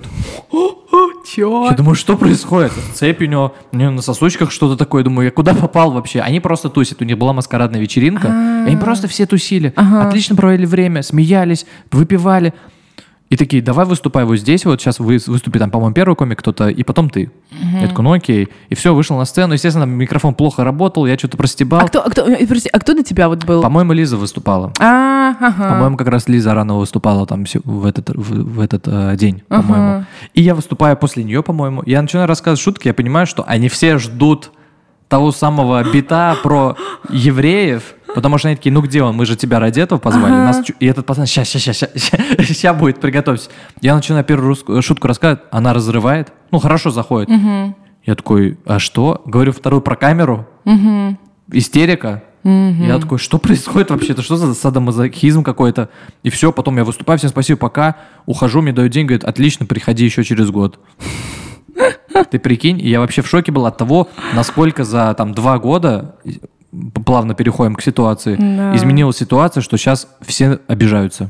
Чё? Я думаю, что происходит? Цепь у него на сосочках что-то такое. Думаю, я куда попал вообще? Они просто тусят. У них была маскарадная вечеринка. И они просто все тусили. Отлично провели время, смеялись, выпивали. И такие, давай выступай вот здесь, вот сейчас выступит там, по-моему, первый комик кто-то, и потом ты. Я такой, ну окей. И все, вышел на сцену. Естественно, микрофон плохо работал, я что-то простебал. Прости, а кто до тебя вот был? По-моему, Лиза выступала. По-моему, как раз Лиза рано выступала там в этот день, по-моему. И я выступаю после нее, по-моему. Я начинаю рассказывать шутки, я понимаю, что они все ждут того самого бита про евреев, потому что они такие, ну где он, мы же тебя ради этого позвали. И этот пацан, сейчас будет, приготовься. Я начинаю первую шутку рассказывать, она разрывает, ну хорошо заходит. Я такой, а что? Говорю вторую про камеру, истерика. Я такой, что происходит вообще? Это что за садомазохизм какой-то? И все, потом я выступаю, всем спасибо, пока. Ухожу, мне дают деньги, говорят, отлично, приходи еще через год. Ты прикинь, я вообще в шоке был от того, насколько за там 2 года, плавно переходим к ситуации, изменилась ситуация, что сейчас все обижаются.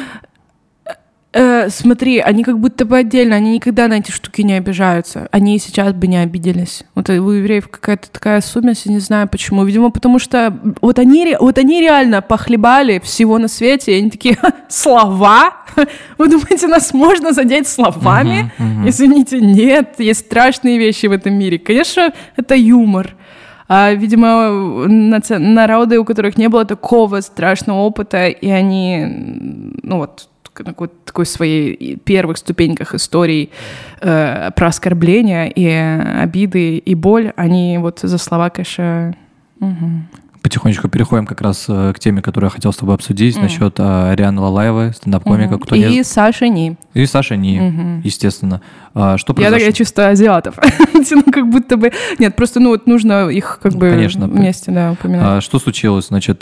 Смотри, они как будто бы отдельно, они никогда на эти штуки не обижаются. Они и сейчас бы не обиделись. Вот у евреев какая-то такая сумесь, я не знаю почему. Видимо, потому что вот они реально похлебали всего на свете, и они такие, слова? Вы думаете, нас можно задеть словами? Извините, нет, есть страшные вещи в этом мире. Конечно, это юмор. А, видимо, народы, у которых не было такого страшного опыта, и они, ну вот, на такой своей первых ступеньках историй про оскорбления и обиды и боль, они вот за слова, конечно... Потихонечку переходим как раз к теме, которую я хотел с тобой обсудить, насчет Арианы Лалаевой, стендап-комика. И Саши Ни. И Саши Ни, естественно. Что произошло? Я чувствую азиатов. Ну, как будто бы... Нет, просто, ну, вот нужно их как бы вместе, да, упоминать. Что случилось? Значит...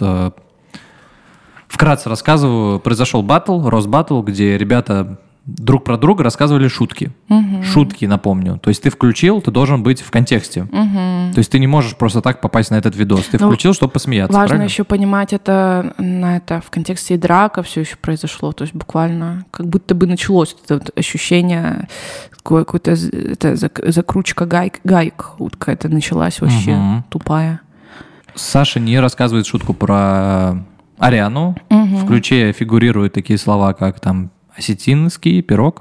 Вкратце рассказываю, произошел батл, рост-батл, где ребята друг про друга рассказывали шутки. Шутки, напомню. То есть ты включил, ты должен быть в контексте. То есть ты не можешь просто так попасть на этот видос. Ты включил, чтобы посмеяться. Важно правильно? еще понимать это в контексте и драка все еще произошло. То есть буквально как будто бы началось это вот ощущение, какой-то закручка гаек. Вот какая-то началась вообще тупая. Саша не рассказывает шутку про... Ариану, в ключе фигурируют такие слова, как там осетинский пирог,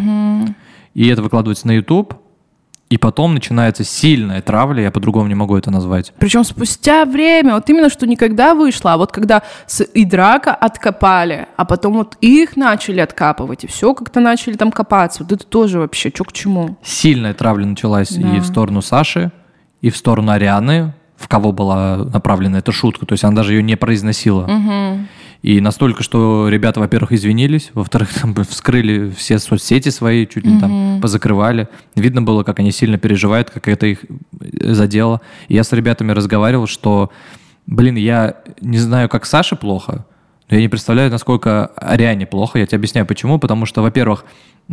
и это выкладывается на YouTube, и потом начинается сильная травля, я по-другому не могу это назвать. Причем спустя время, вот именно что никогда вышло, а вот когда и драка откопали, а потом вот их начали откапывать, и все как-то начали там копаться, вот это тоже вообще, что к чему. Сильная травля началась и в сторону Саши, и в сторону Арианы, в кого была направлена эта шутка, то есть она даже ее не произносила. И настолько, что ребята, во-первых, извинились, во-вторых, там вскрыли все соцсети свои, чуть ли там позакрывали. Видно было, как они сильно переживают, как это их задело. И я с ребятами разговаривал, что, я не знаю, как Саше плохо, но я не представляю, насколько Ариане плохо. Я тебе объясняю, почему. Потому что, во-первых,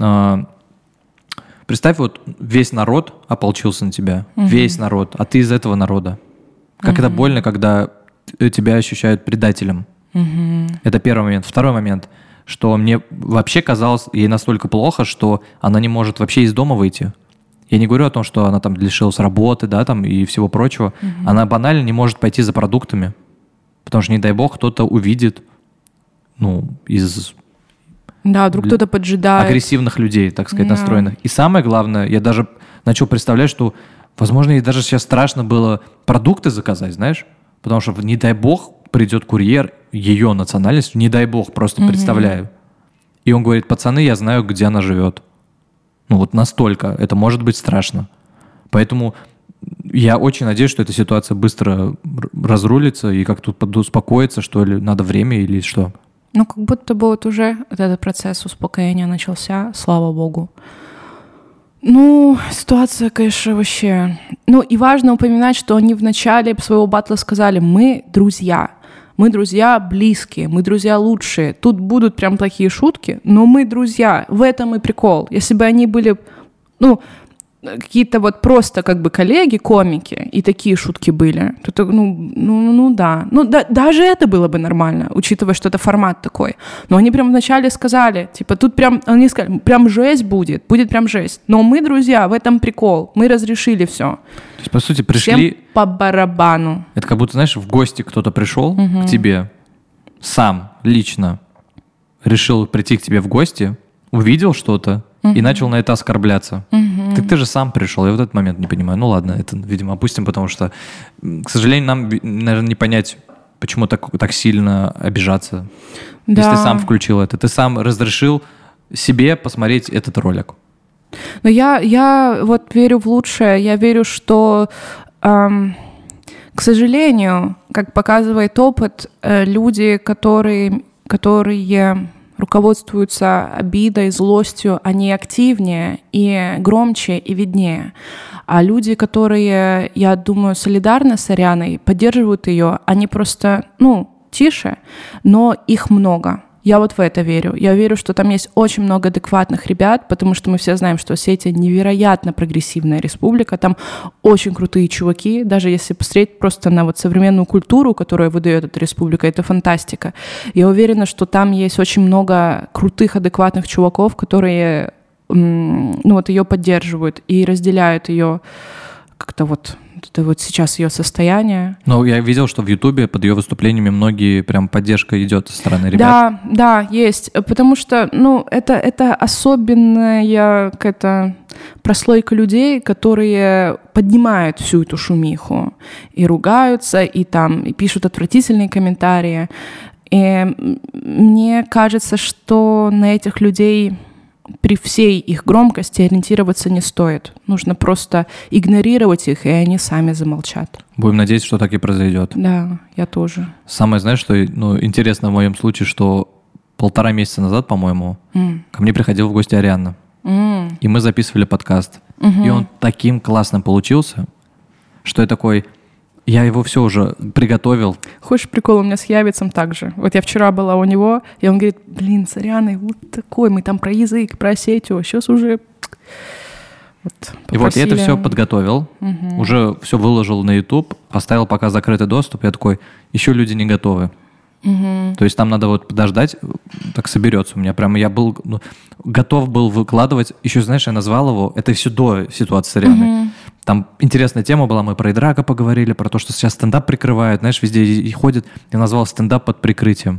представь, вот весь народ ополчился на тебя, весь народ, а ты из этого народа. Как это больно, когда тебя ощущают предателем. Это первый момент. Второй момент, что мне вообще казалось, ей настолько плохо, что она не может вообще из дома выйти. Я не говорю о том, что она там лишилась работы, да, там и всего прочего. Она банально не может пойти за продуктами, потому что, не дай бог, кто-то увидит, из... Да, вдруг кто-то поджидает. Агрессивных людей, так сказать, настроенных. И самое главное, я даже начал представлять, что, возможно, ей даже сейчас страшно было продукты заказать, знаешь? Потому что, не дай бог, придет курьер ее национальностью, не дай бог, просто представляю. И он говорит, пацаны, я знаю, где она живет. Вот настолько. Это может быть страшно. Поэтому я очень надеюсь, что эта ситуация быстро разрулится и как-то успокоится, что ли, надо время или что. Как будто бы вот уже этот процесс успокоения начался, слава богу. Ситуация, конечно, вообще... и важно упоминать, что они в начале своего батла сказали, мы друзья близкие, мы друзья лучшие. Тут будут прям плохие шутки, но мы друзья. В этом и прикол. Если бы они были, какие-то вот просто как бы коллеги, комики, и такие шутки были, то да. Даже это было бы нормально, учитывая, что это формат такой. Но они прям вначале сказали, тут прям, они сказали, прям жесть будет прям жесть. Но мы друзья, в этом прикол, мы разрешили все. То есть, по сути, пришли... Всем по барабану. Это как будто, знаешь, в гости кто-то пришел к тебе, сам, лично, решил прийти к тебе в гости, увидел что-то и начал на это оскорбляться. Так ты же сам пришел. Я вот этот момент не понимаю. Ну ладно, это, видимо, опустим, потому что, к сожалению, нам, наверное, не понять, почему так сильно обижаться. Да. Если ты сам включил это. Ты сам разрешил себе посмотреть этот ролик. Но я вот верю в лучшее. Я верю, что, к сожалению, как показывает опыт, люди, которые руководствуются обидой, злостью, они активнее и громче и виднее. А люди, которые, я думаю, солидарны с Арианой, поддерживают ее, они просто, тише, но их много. Я вот в это верю. Я верю, что там есть очень много адекватных ребят, потому что мы все знаем, что Осетия невероятно прогрессивная республика, там очень крутые чуваки, даже если посмотреть просто на вот современную культуру, которую выдает эта республика, это фантастика. Я уверена, что там есть очень много крутых, адекватных чуваков, которые ее поддерживают и разделяют ее как-то это вот сейчас ее состояние. Но я видел, что в Ютубе под ее выступлениями многие прям поддержка идет со стороны ребят. Да, есть. Потому что, это особенная какая-то прослойка людей, которые поднимают всю эту шумиху и ругаются, и пишут отвратительные комментарии. И мне кажется, что на этих людей при всей их громкости ориентироваться не стоит. Нужно просто игнорировать их, и они сами замолчат. Будем надеяться, что так и произойдет. Да, я тоже. Самое, знаешь, что интересно в моем случае, что 1,5 месяца назад, по-моему, ко мне приходила в гости Ариана. И мы записывали подкаст. И он таким классным получился, что я такой... Я его все уже приготовил. Хочешь прикол? У меня с Явицем так же. Вот я вчера была у него, и он говорит, с Арианой вот такой, мы там про язык, про Осетию, сейчас уже... И вот я это все подготовил, уже все выложил на YouTube, поставил пока закрытый доступ, я такой, еще люди не готовы. То есть там надо вот подождать, так соберется у меня. Прямо я был готов был выкладывать. Еще, знаешь, я назвал его, это все до ситуации с Арианой. Там интересная тема была, мы про Идрака поговорили, про то, что сейчас стендап прикрывают, знаешь, везде и ходит. Я назвал стендап под прикрытием.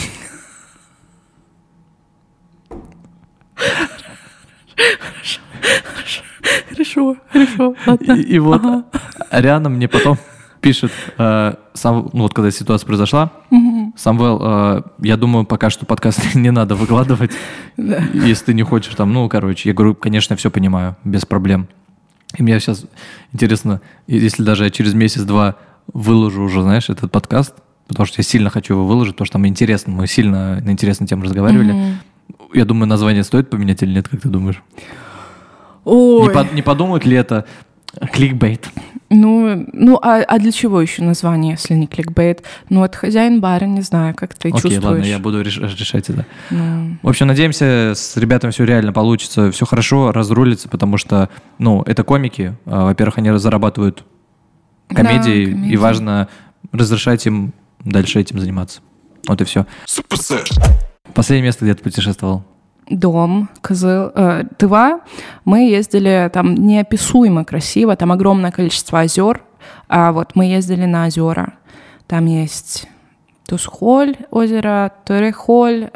Хорошо, ладно. И вот Ариана мне потом пишет, когда ситуация произошла, Самвел, я думаю, пока что подкаст не надо выкладывать, если ты не хочешь там, я говорю, конечно, я все понимаю, без проблем. И мне сейчас интересно, если даже я через месяц-два выложу уже, знаешь, этот подкаст, потому что я сильно хочу его выложить, потому что там интересно, мы сильно на интересную тему разговаривали. Я думаю, название стоит поменять или нет, как ты думаешь? Ой. Не подумают ли это кликбейт? А для чего еще название, если не кликбейт? Это хозяин-барин, не знаю, как ты чувствуешь. Окей, ладно, я буду решать это. В общем, надеемся, с ребятами все реально получится, все хорошо, разрулится, потому что, это комики. Во-первых, они зарабатывают комедией, и важно разрешать им дальше этим заниматься. Вот и все. Последнее место, где ты путешествовал? Дом, Тыва. Мы ездили, там неописуемо красиво, там огромное количество озер. Мы ездили на озера. Там есть Тусхоль озеро, Төрехоль,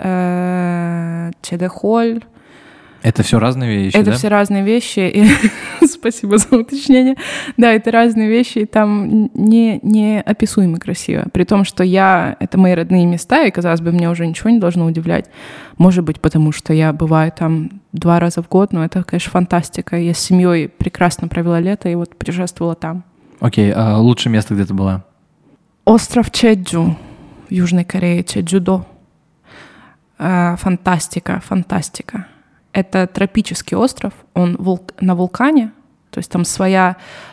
Чедехоль. Это все разные вещи, Это все разные вещи. Спасибо за уточнение. Да, это разные вещи, и там неописуемо красиво. При том, что это мои родные места, и, казалось бы, мне уже ничего не должно удивлять. Может быть, потому что я бываю там 2 раза в год, но это, конечно, фантастика. Я с семьей прекрасно провела лето и путешествовала там. Окей, а лучшее место, где ты была? Остров Чеджу в Южной Корее, Чеджудо. Фантастика. Это тропический остров, он на вулкане, то есть там своя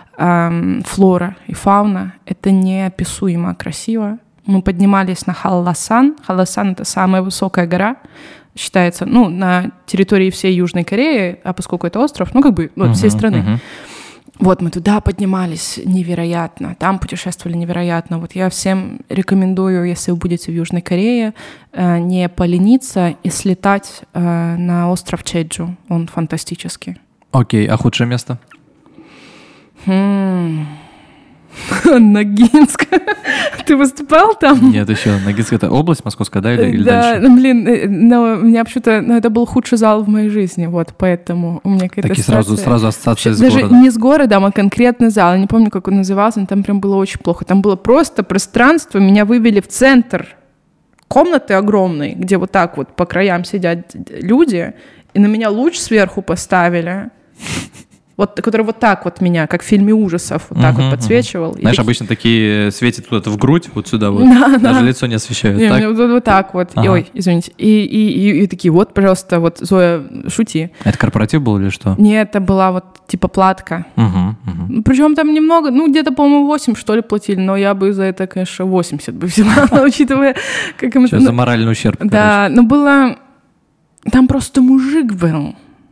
флора и фауна. Это неописуемо красиво. Мы поднимались на Халласан. Халласан — это самая высокая гора, считается, на территории всей Южной Кореи, а поскольку это остров, всей страны. Мы туда поднимались невероятно, там путешествовали невероятно. Я всем рекомендую, если вы будете в Южной Корее, не полениться и слетать на остров Чеджу. Он фантастический. Окей, а худшее место? Ногинск. Ты выступал там? Нет, еще. Ногинск — это область московская, да, или Да, дальше? ну, блин, у меня почему-то, это был худший зал в моей жизни, вот, поэтому у меня какая-то Такие ассоциация. сразу ассоциации с Даже городом. не с городом, а конкретный зал. Я не помню, как он назывался, но там прям было очень плохо. Там было просто пространство, меня вывели в центр комнаты огромной, где вот так вот по краям сидят люди, и на меня луч сверху поставили, вот, который вот так вот меня, как в фильме ужасов, вот так вот подсвечивал. Знаешь, И обычно такие светят куда-то в грудь, вот сюда вот. Да, Даже да. лицо не освещают. Не, Так? вот так вот. Ага. Ой, извините. И такие, вот, пожалуйста, вот, Зоя, шути. Это корпоратив был или что? Нет, это была вот типа платка. Причем там немного, ну, где-то, по-моему, 8, что ли, платили, но я бы за это, конечно, 80 бы взяла, учитывая, как им Сейчас за моральный ущерб. Да, но было... Там просто мужик был.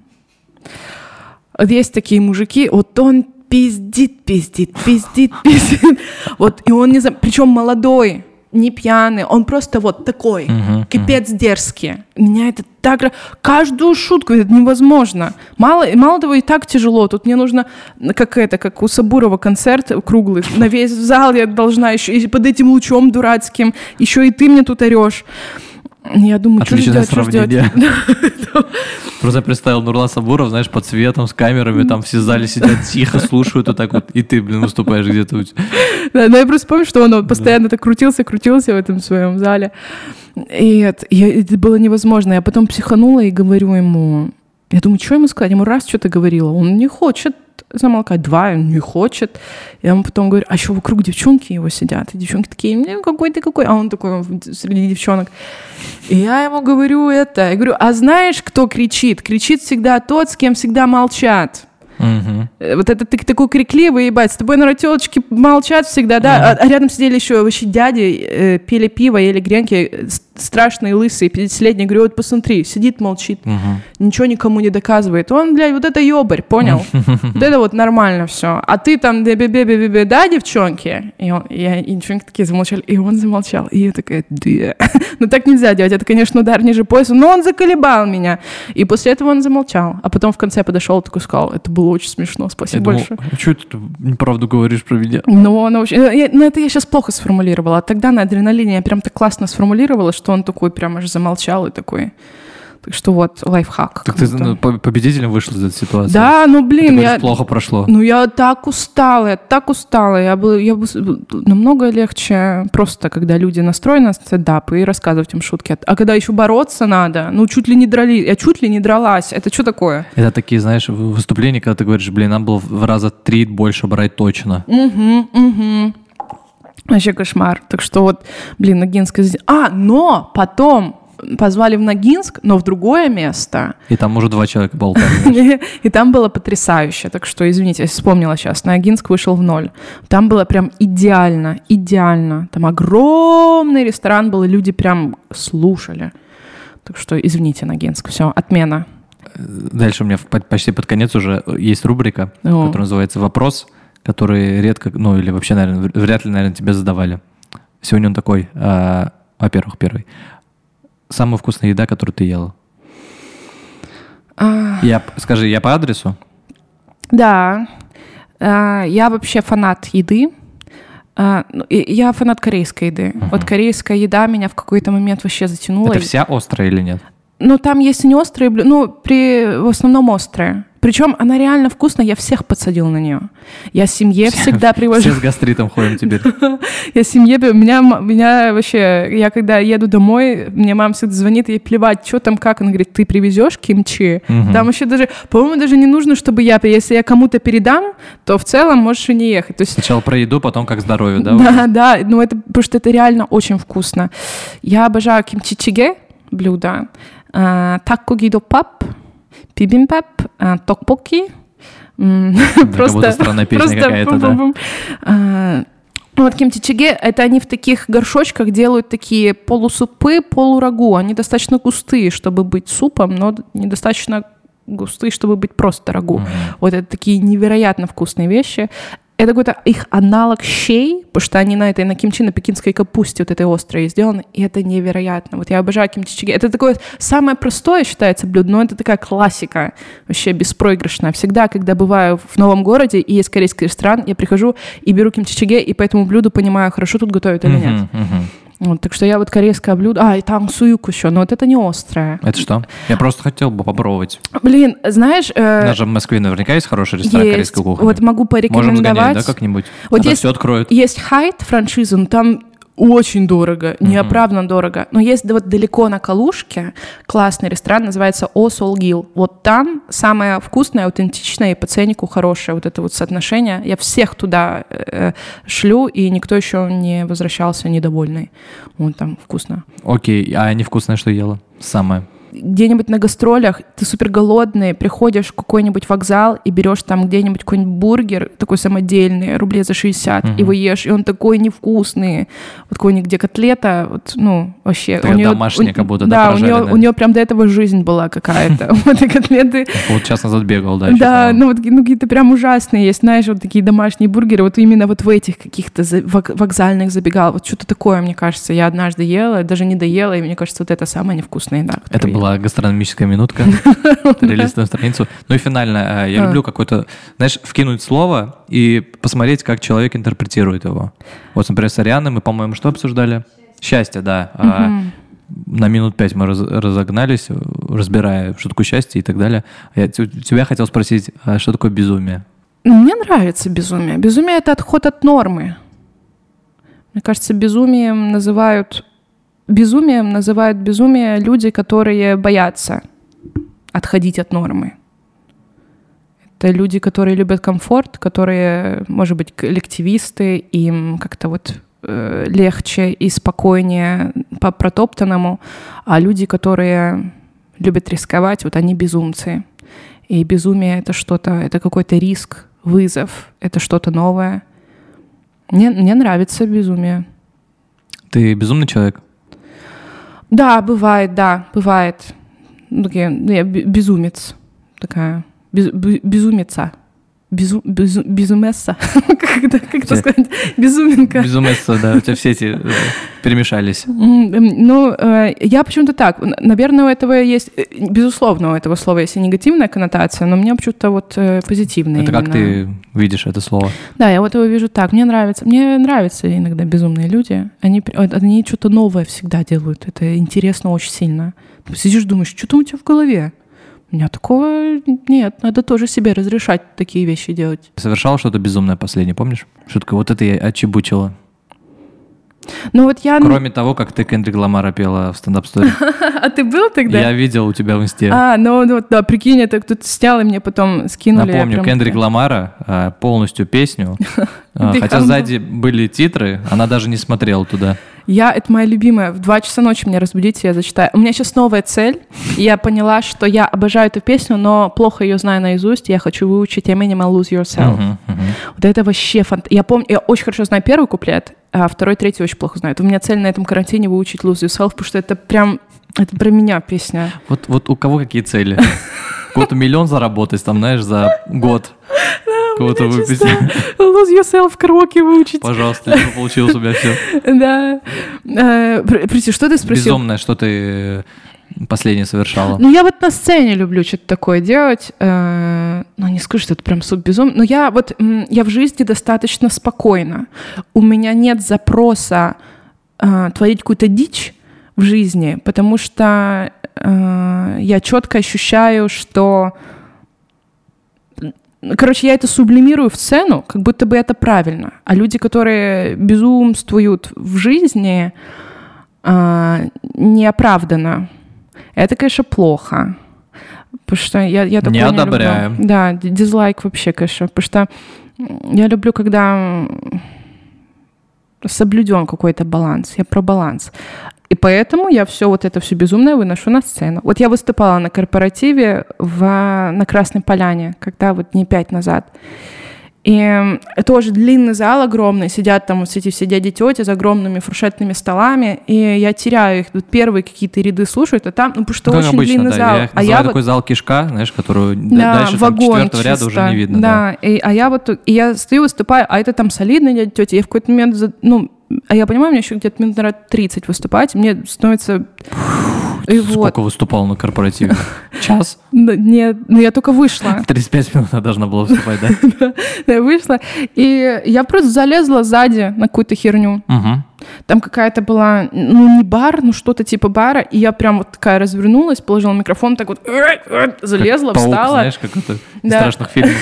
Вот есть такие мужики, вот он пиздит. Вот, и он не знаю, причем молодой, не пьяный, он просто вот такой, капец дерзкий. Меня это так... Каждую шутку, это невозможно. Мало того, и так тяжело. Тут мне нужно, как у Сабурова концерт круглый, на весь зал я должна еще, и под этим лучом дурацким, еще и ты мне тут орешь. Я думаю, что Отличное ждёт? сравнение. Просто представил Нурлан Сабуров, знаешь, под светом, с камерами, там все в зале сидят тихо, слушают вот так вот, и ты, блин, выступаешь где-то. Да, но я просто помню, что он постоянно так крутился в этом своем зале. И это было невозможно. Я потом психанула и говорю ему... Я думаю, что ему сказать? Ему раз что-то говорила, он не хочет замолкать, два, он не хочет. Я ему потом говорю, а еще вокруг девчонки его сидят. И девчонки такие, какой ты какой? А он такой среди девчонок. И я ему говорю это. Я говорю, а знаешь, кто кричит? Кричит всегда тот, с кем всегда молчат. Вот это ты такой крикливый, ебать, с тобой, наверное, телочки молчат всегда, да, а рядом сидели еще вообще дяди, пили пиво, ели гренки, страшные, лысые, 50-летние, говорю, вот посмотри, сидит, молчит, ничего никому не доказывает. Он, блядь, вот это ёбарь, понял? Вот это вот нормально все. А ты там, да, девчонки? И девчонки такие замолчали, и он замолчал. И я такая, да. Ну так нельзя делать, это, конечно, удар ниже пояса, но он заколебал меня. И после этого он замолчал. А потом в конце подошел и такой сказал, это было очень смешно, спасибо большое. А что ты неправду говоришь про меня? Ну, это я сейчас плохо сформулировала. А тогда на адреналине я прям так классно сформулировала, что он такой прям аж замолчал и такой... Так что вот, лайфхак. Так ты победителем вышла из этой ситуации? Да, ну, блин, плохо прошло. Ну, я так устала. Я намного легче просто, когда люди настроены на стендап и рассказывать им шутки. А когда еще бороться надо, ну, чуть ли не дрались. Я чуть ли не дралась. Это что такое? Это такие, знаешь, выступления, когда ты говоришь, блин, надо было в раза 3 больше брать точно. Вообще кошмар. Так что вот, блин, Ногинск... но потом... Позвали в Ногинск, но в другое место. И там уже 2 человека болтали. И там было потрясающе. Так что, извините, я вспомнила сейчас. Ногинск вышел в 0. Там было прям идеально. Там огромный ресторан был, и люди прям слушали. Так что, извините, Ногинск. Все, отмена. Дальше у меня почти под конец уже есть рубрика, которая называется «Вопрос», который редко, ну или вообще, наверное, вряд ли, наверное, тебе задавали. Сегодня он такой, во-первых, первый. Самая вкусная еда, которую ты ела? Скажи, я по адресу? Да. Я вообще фанат еды. Я фанат корейской еды. Вот корейская еда меня в какой-то момент вообще затянула. Это вся острая или нет? Ну, там есть и не острые, в основном острые. Причем она реально вкусная, я всех подсадила на нее. Я семье всегда привожу. Все с гастритом ходим теперь. Я семье, меня вообще, я когда еду домой, мне мама всегда звонит, ей плевать, что там, как. Она говорит, ты привезешь кимчи? Там вообще даже, по-моему, даже не нужно, чтобы если я кому-то передам, то в целом можешь и не ехать. То есть... Сначала про еду, потом как здоровье, да? Да, ну это, потому что это реально очень вкусно. Я обожаю кимчи-чиге, блюдо, таккоги-допап, бибимбап, токбокки. Просто странная песня какая-то, да. Вот кимчи-чиге, это они в таких горшочках делают такие полусупы, полурагу. Они достаточно густые, чтобы быть супом, но недостаточно густые, чтобы быть просто рагу. Вот это такие невероятно вкусные вещи. это какой-то их аналог щей, потому что они на кимчи, на пекинской капусте вот этой острой сделаны, и это невероятно. Вот я обожаю кимчи-чиге. Это такое самое простое считается блюдо, но это такая классика, вообще беспроигрышная. Всегда, когда бываю в новом городе и есть корейский ресторан, я прихожу и беру кимчи-чиге, и по этому блюду понимаю, хорошо тут готовят или нет. Вот, так что я вот корейское блюдо... и там суюк еще, но вот это не острое. Это что? Я просто хотел бы попробовать. Блин, знаешь... У нас же в Москве наверняка есть хороший ресторан корейской кухни. Вот могу порекомендовать. Можем сгонять, да, как-нибудь? Вот все откроют. Есть Хайт франшиза, но там очень дорого, неоправданно дорого. Но есть вот далеко на Калужке классный ресторан, называется О Солгил. Вот там самое вкусное, аутентичное и по ценнику хорошее вот это вот соотношение. Я всех туда шлю, и никто еще не возвращался недовольный. Вот там вкусно. Окей, а невкусное что ела? Самое? Где-нибудь на гастролях, ты супер голодный, приходишь в какой-нибудь вокзал и берешь там где-нибудь какой-нибудь бургер, такой самодельный, рублей за 60, его ешь, и он такой невкусный. Вот какой-нибудь, где котлета, вот, вообще. Домашняя как будто, да, у нее прям до этого жизнь была какая-то. Вот и котлеты. Полчаса назад бегал, да? Да, какие-то прям ужасные есть, знаешь, вот такие домашние бургеры, вот именно вот в этих каких-то вокзальных забегал. Вот что-то такое, мне кажется, я однажды ела, даже не доела, и мне кажется, вот это самая невкусная еда. Это была гастрономическая минутка, релизную страницу. Ну и финально, я люблю какое-то, знаешь, вкинуть слово и посмотреть, как человек интерпретирует его. Вот, например, с Арианой мы, по-моему, что обсуждали? Счастье, да. На минут 5 мы разогнались, разбирая шутку счастья и так далее. Я тебя хотел спросить, что такое безумие? Мне нравится безумие. Безумие — это отход от нормы. Мне кажется, безумием называют безумие люди, которые боятся отходить от нормы. Это люди, которые любят комфорт, которые, может быть, коллективисты, им как-то вот легче и спокойнее по протоптанному, а люди, которые любят рисковать, вот они безумцы. И безумие — это что-то, это какой-то риск, вызов, это что-то новое. Мне нравится безумие. Ты безумный человек? Да, бывает. Я безумец. Такая безумица. Безумесса. Как это сказать? Безуменка. Безумесса, да. У тебя все эти перемешались. Я почему-то так. Наверное, у этого есть... Безусловно, у этого слова есть и негативная коннотация, но мне почему-то вот позитивная. Это как ты видишь это слово? Да, я вот его вижу так. Мне нравятся иногда безумные люди. Они что-то новое всегда делают. Это интересно очень сильно. Ты сидишь, думаешь, что там у тебя в голове? У меня такого нет. Надо тоже себе разрешать такие вещи делать. Совершала что-то безумное последнее, помнишь? Шутка, вот это я отчебучила. Кроме того, как ты Кендрик Ламара пела в стендап-сторе. А ты был тогда? Я видел у тебя в инсте. Да, прикинь, это кто-то снял, и мне потом скинули. Напомню, Кендрик Ламара полностью песню, хотя сзади были титры, она даже не смотрела туда. Это моя любимая. В 2 часа ночи меня разбудите, я зачитаю. У меня сейчас новая цель. Я поняла, что я обожаю эту песню, но плохо ее знаю наизусть. Я хочу выучить Eminem Lose Yourself. Вот это вообще Я помню, я очень хорошо знаю первый куплет, а второй, третий очень плохо знаю. У меня цель на этом карантине выучить Lose Yourself, потому что это прям... Это про меня песня. Вот у кого какие цели? У кого-то миллион заработать, там, знаешь, за год. Кого-то выпить. Lose Yourself в караоке выучить. Пожалуйста, что получилось у меня все. Да. Прости, что ты спросил? Безумное, что ты последнее совершала? Я вот на сцене люблю что-то такое делать. Не скажу, что это прям суббезумно. Но я в жизни достаточно спокойна. У меня нет запроса творить какую-то дичь в жизни, потому что я четко ощущаю, что... Короче, я это сублимирую в сцену, как будто бы это правильно. А люди, которые безумствуют в жизни, неоправданно. Это, конечно, плохо. Потому что я такое не одобряем. Не люблю. Да, дизлайк вообще, конечно. Потому что я люблю, когда соблюден какой-то баланс. Я про баланс. И поэтому я все безумное выношу на сцену. Вот я выступала на корпоративе на Красной Поляне, когда дней 5 назад. И тоже длинный зал огромный, сидят там вот эти все дяди, тети за огромными фуршетными столами, и я теряю их. Вот первые какие-то ряды слушают, а там, ну, потому что как очень обычно, длинный да. зал. Я такой зал кишка, знаешь, которую да, дальше там, четвертого ряда уже не видно. Да, я стою, выступаю, а это там солидные дяди, тети. Я в какой-то момент, а я понимаю, мне еще где-то минут, наверное, 30 выступать, и мне становится... Сколько выступал на корпоративе? Час? Нет, я только вышла. 35 минут она должна была выступать, да? Я вышла, и я просто залезла сзади на какую-то херню. Там какая-то была, ну, не бар, но что-то типа бара, и я прям вот такая развернулась, положила микрофон, так вот залезла, как паук, встала. Знаешь, как это из страшных фильмов.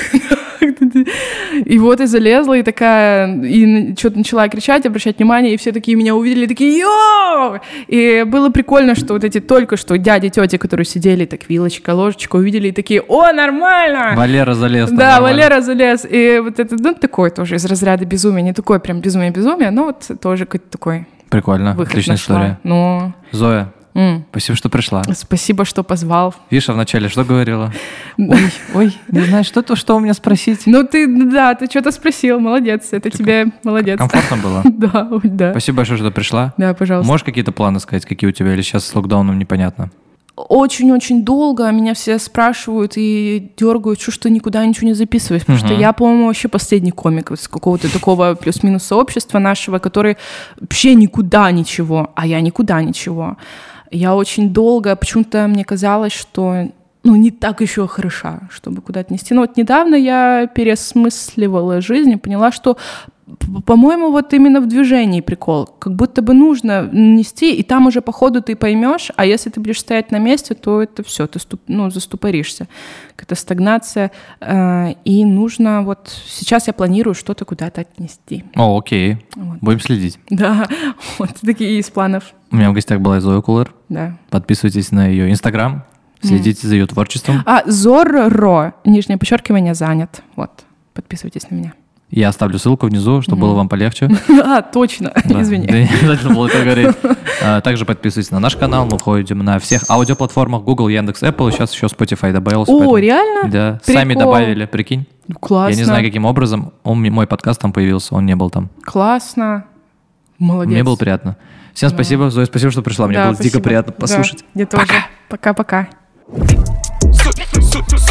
И вот я залезла, и такая, и что-то начала кричать, обращать внимание, и все такие меня увидели, такие «Йоу!» И было прикольно, что вот эти только что дяди, тети, которые сидели, так вилочка, ложечка, увидели, и такие «О, нормально!» Валера залез. Да, Валера залез. И вот это, ну, такой тоже из разряда безумия, не такой прям безумие-безумие, но вот тоже какой-то такой прикольно, выход отличная нашла. история. Ну... Зоя, спасибо, что пришла. Спасибо, что позвал. Видишь, а вначале что говорила? Ой, не знаю, что у меня спросить. Ну ты что-то спросил, молодец, это тебе молодец. Комфортно было? Да. Спасибо большое, что пришла. Да, пожалуйста. Можешь какие-то планы сказать, какие у тебя, или сейчас с локдауном непонятно? Очень-очень долго меня все спрашивают и дергают, что никуда ничего не записываешь, потому что я, по-моему, вообще последний комик из какого-то такого плюс-минус сообщества нашего, который вообще никуда ничего, а я никуда ничего. Я очень долго, почему-то мне казалось, что не так еще хороша, чтобы куда-то нести. Но вот недавно я переосмысливала жизнь и поняла, что, по-моему, вот именно в движении прикол. Как будто бы нужно нести, и там уже по ходу ты поймешь, а если ты будешь стоять на месте, то это все, ты застопоришься. Какая-то стагнация. И нужно вот... Сейчас я планирую что-то куда-то отнести. О, окей. Вот. Будем следить. Да, вот такие из планов. У меня в гостях была Зоя Кулер. Да. Подписывайтесь на ее Инстаграм, следите за ее творчеством. Зорро, нижнее подчеркивание, занят. Вот, подписывайтесь на меня. Я оставлю ссылку внизу, чтобы было вам полегче. Точно, да, извини. Да, не обязательно было это говорить. Также подписывайтесь на наш канал, мы входим на всех аудиоплатформах Google, Яндекс, Apple, сейчас еще Spotify добавился. О, реально? Да, Прикол. сами добавили, прикинь. Классно. Я не знаю, каким образом, мой подкаст там появился, он не был там. Классно. Молодец. Мне было приятно. Всем спасибо, Зоя, спасибо, что пришла, мне было дико приятно послушать. Мне тоже. Пока-пока.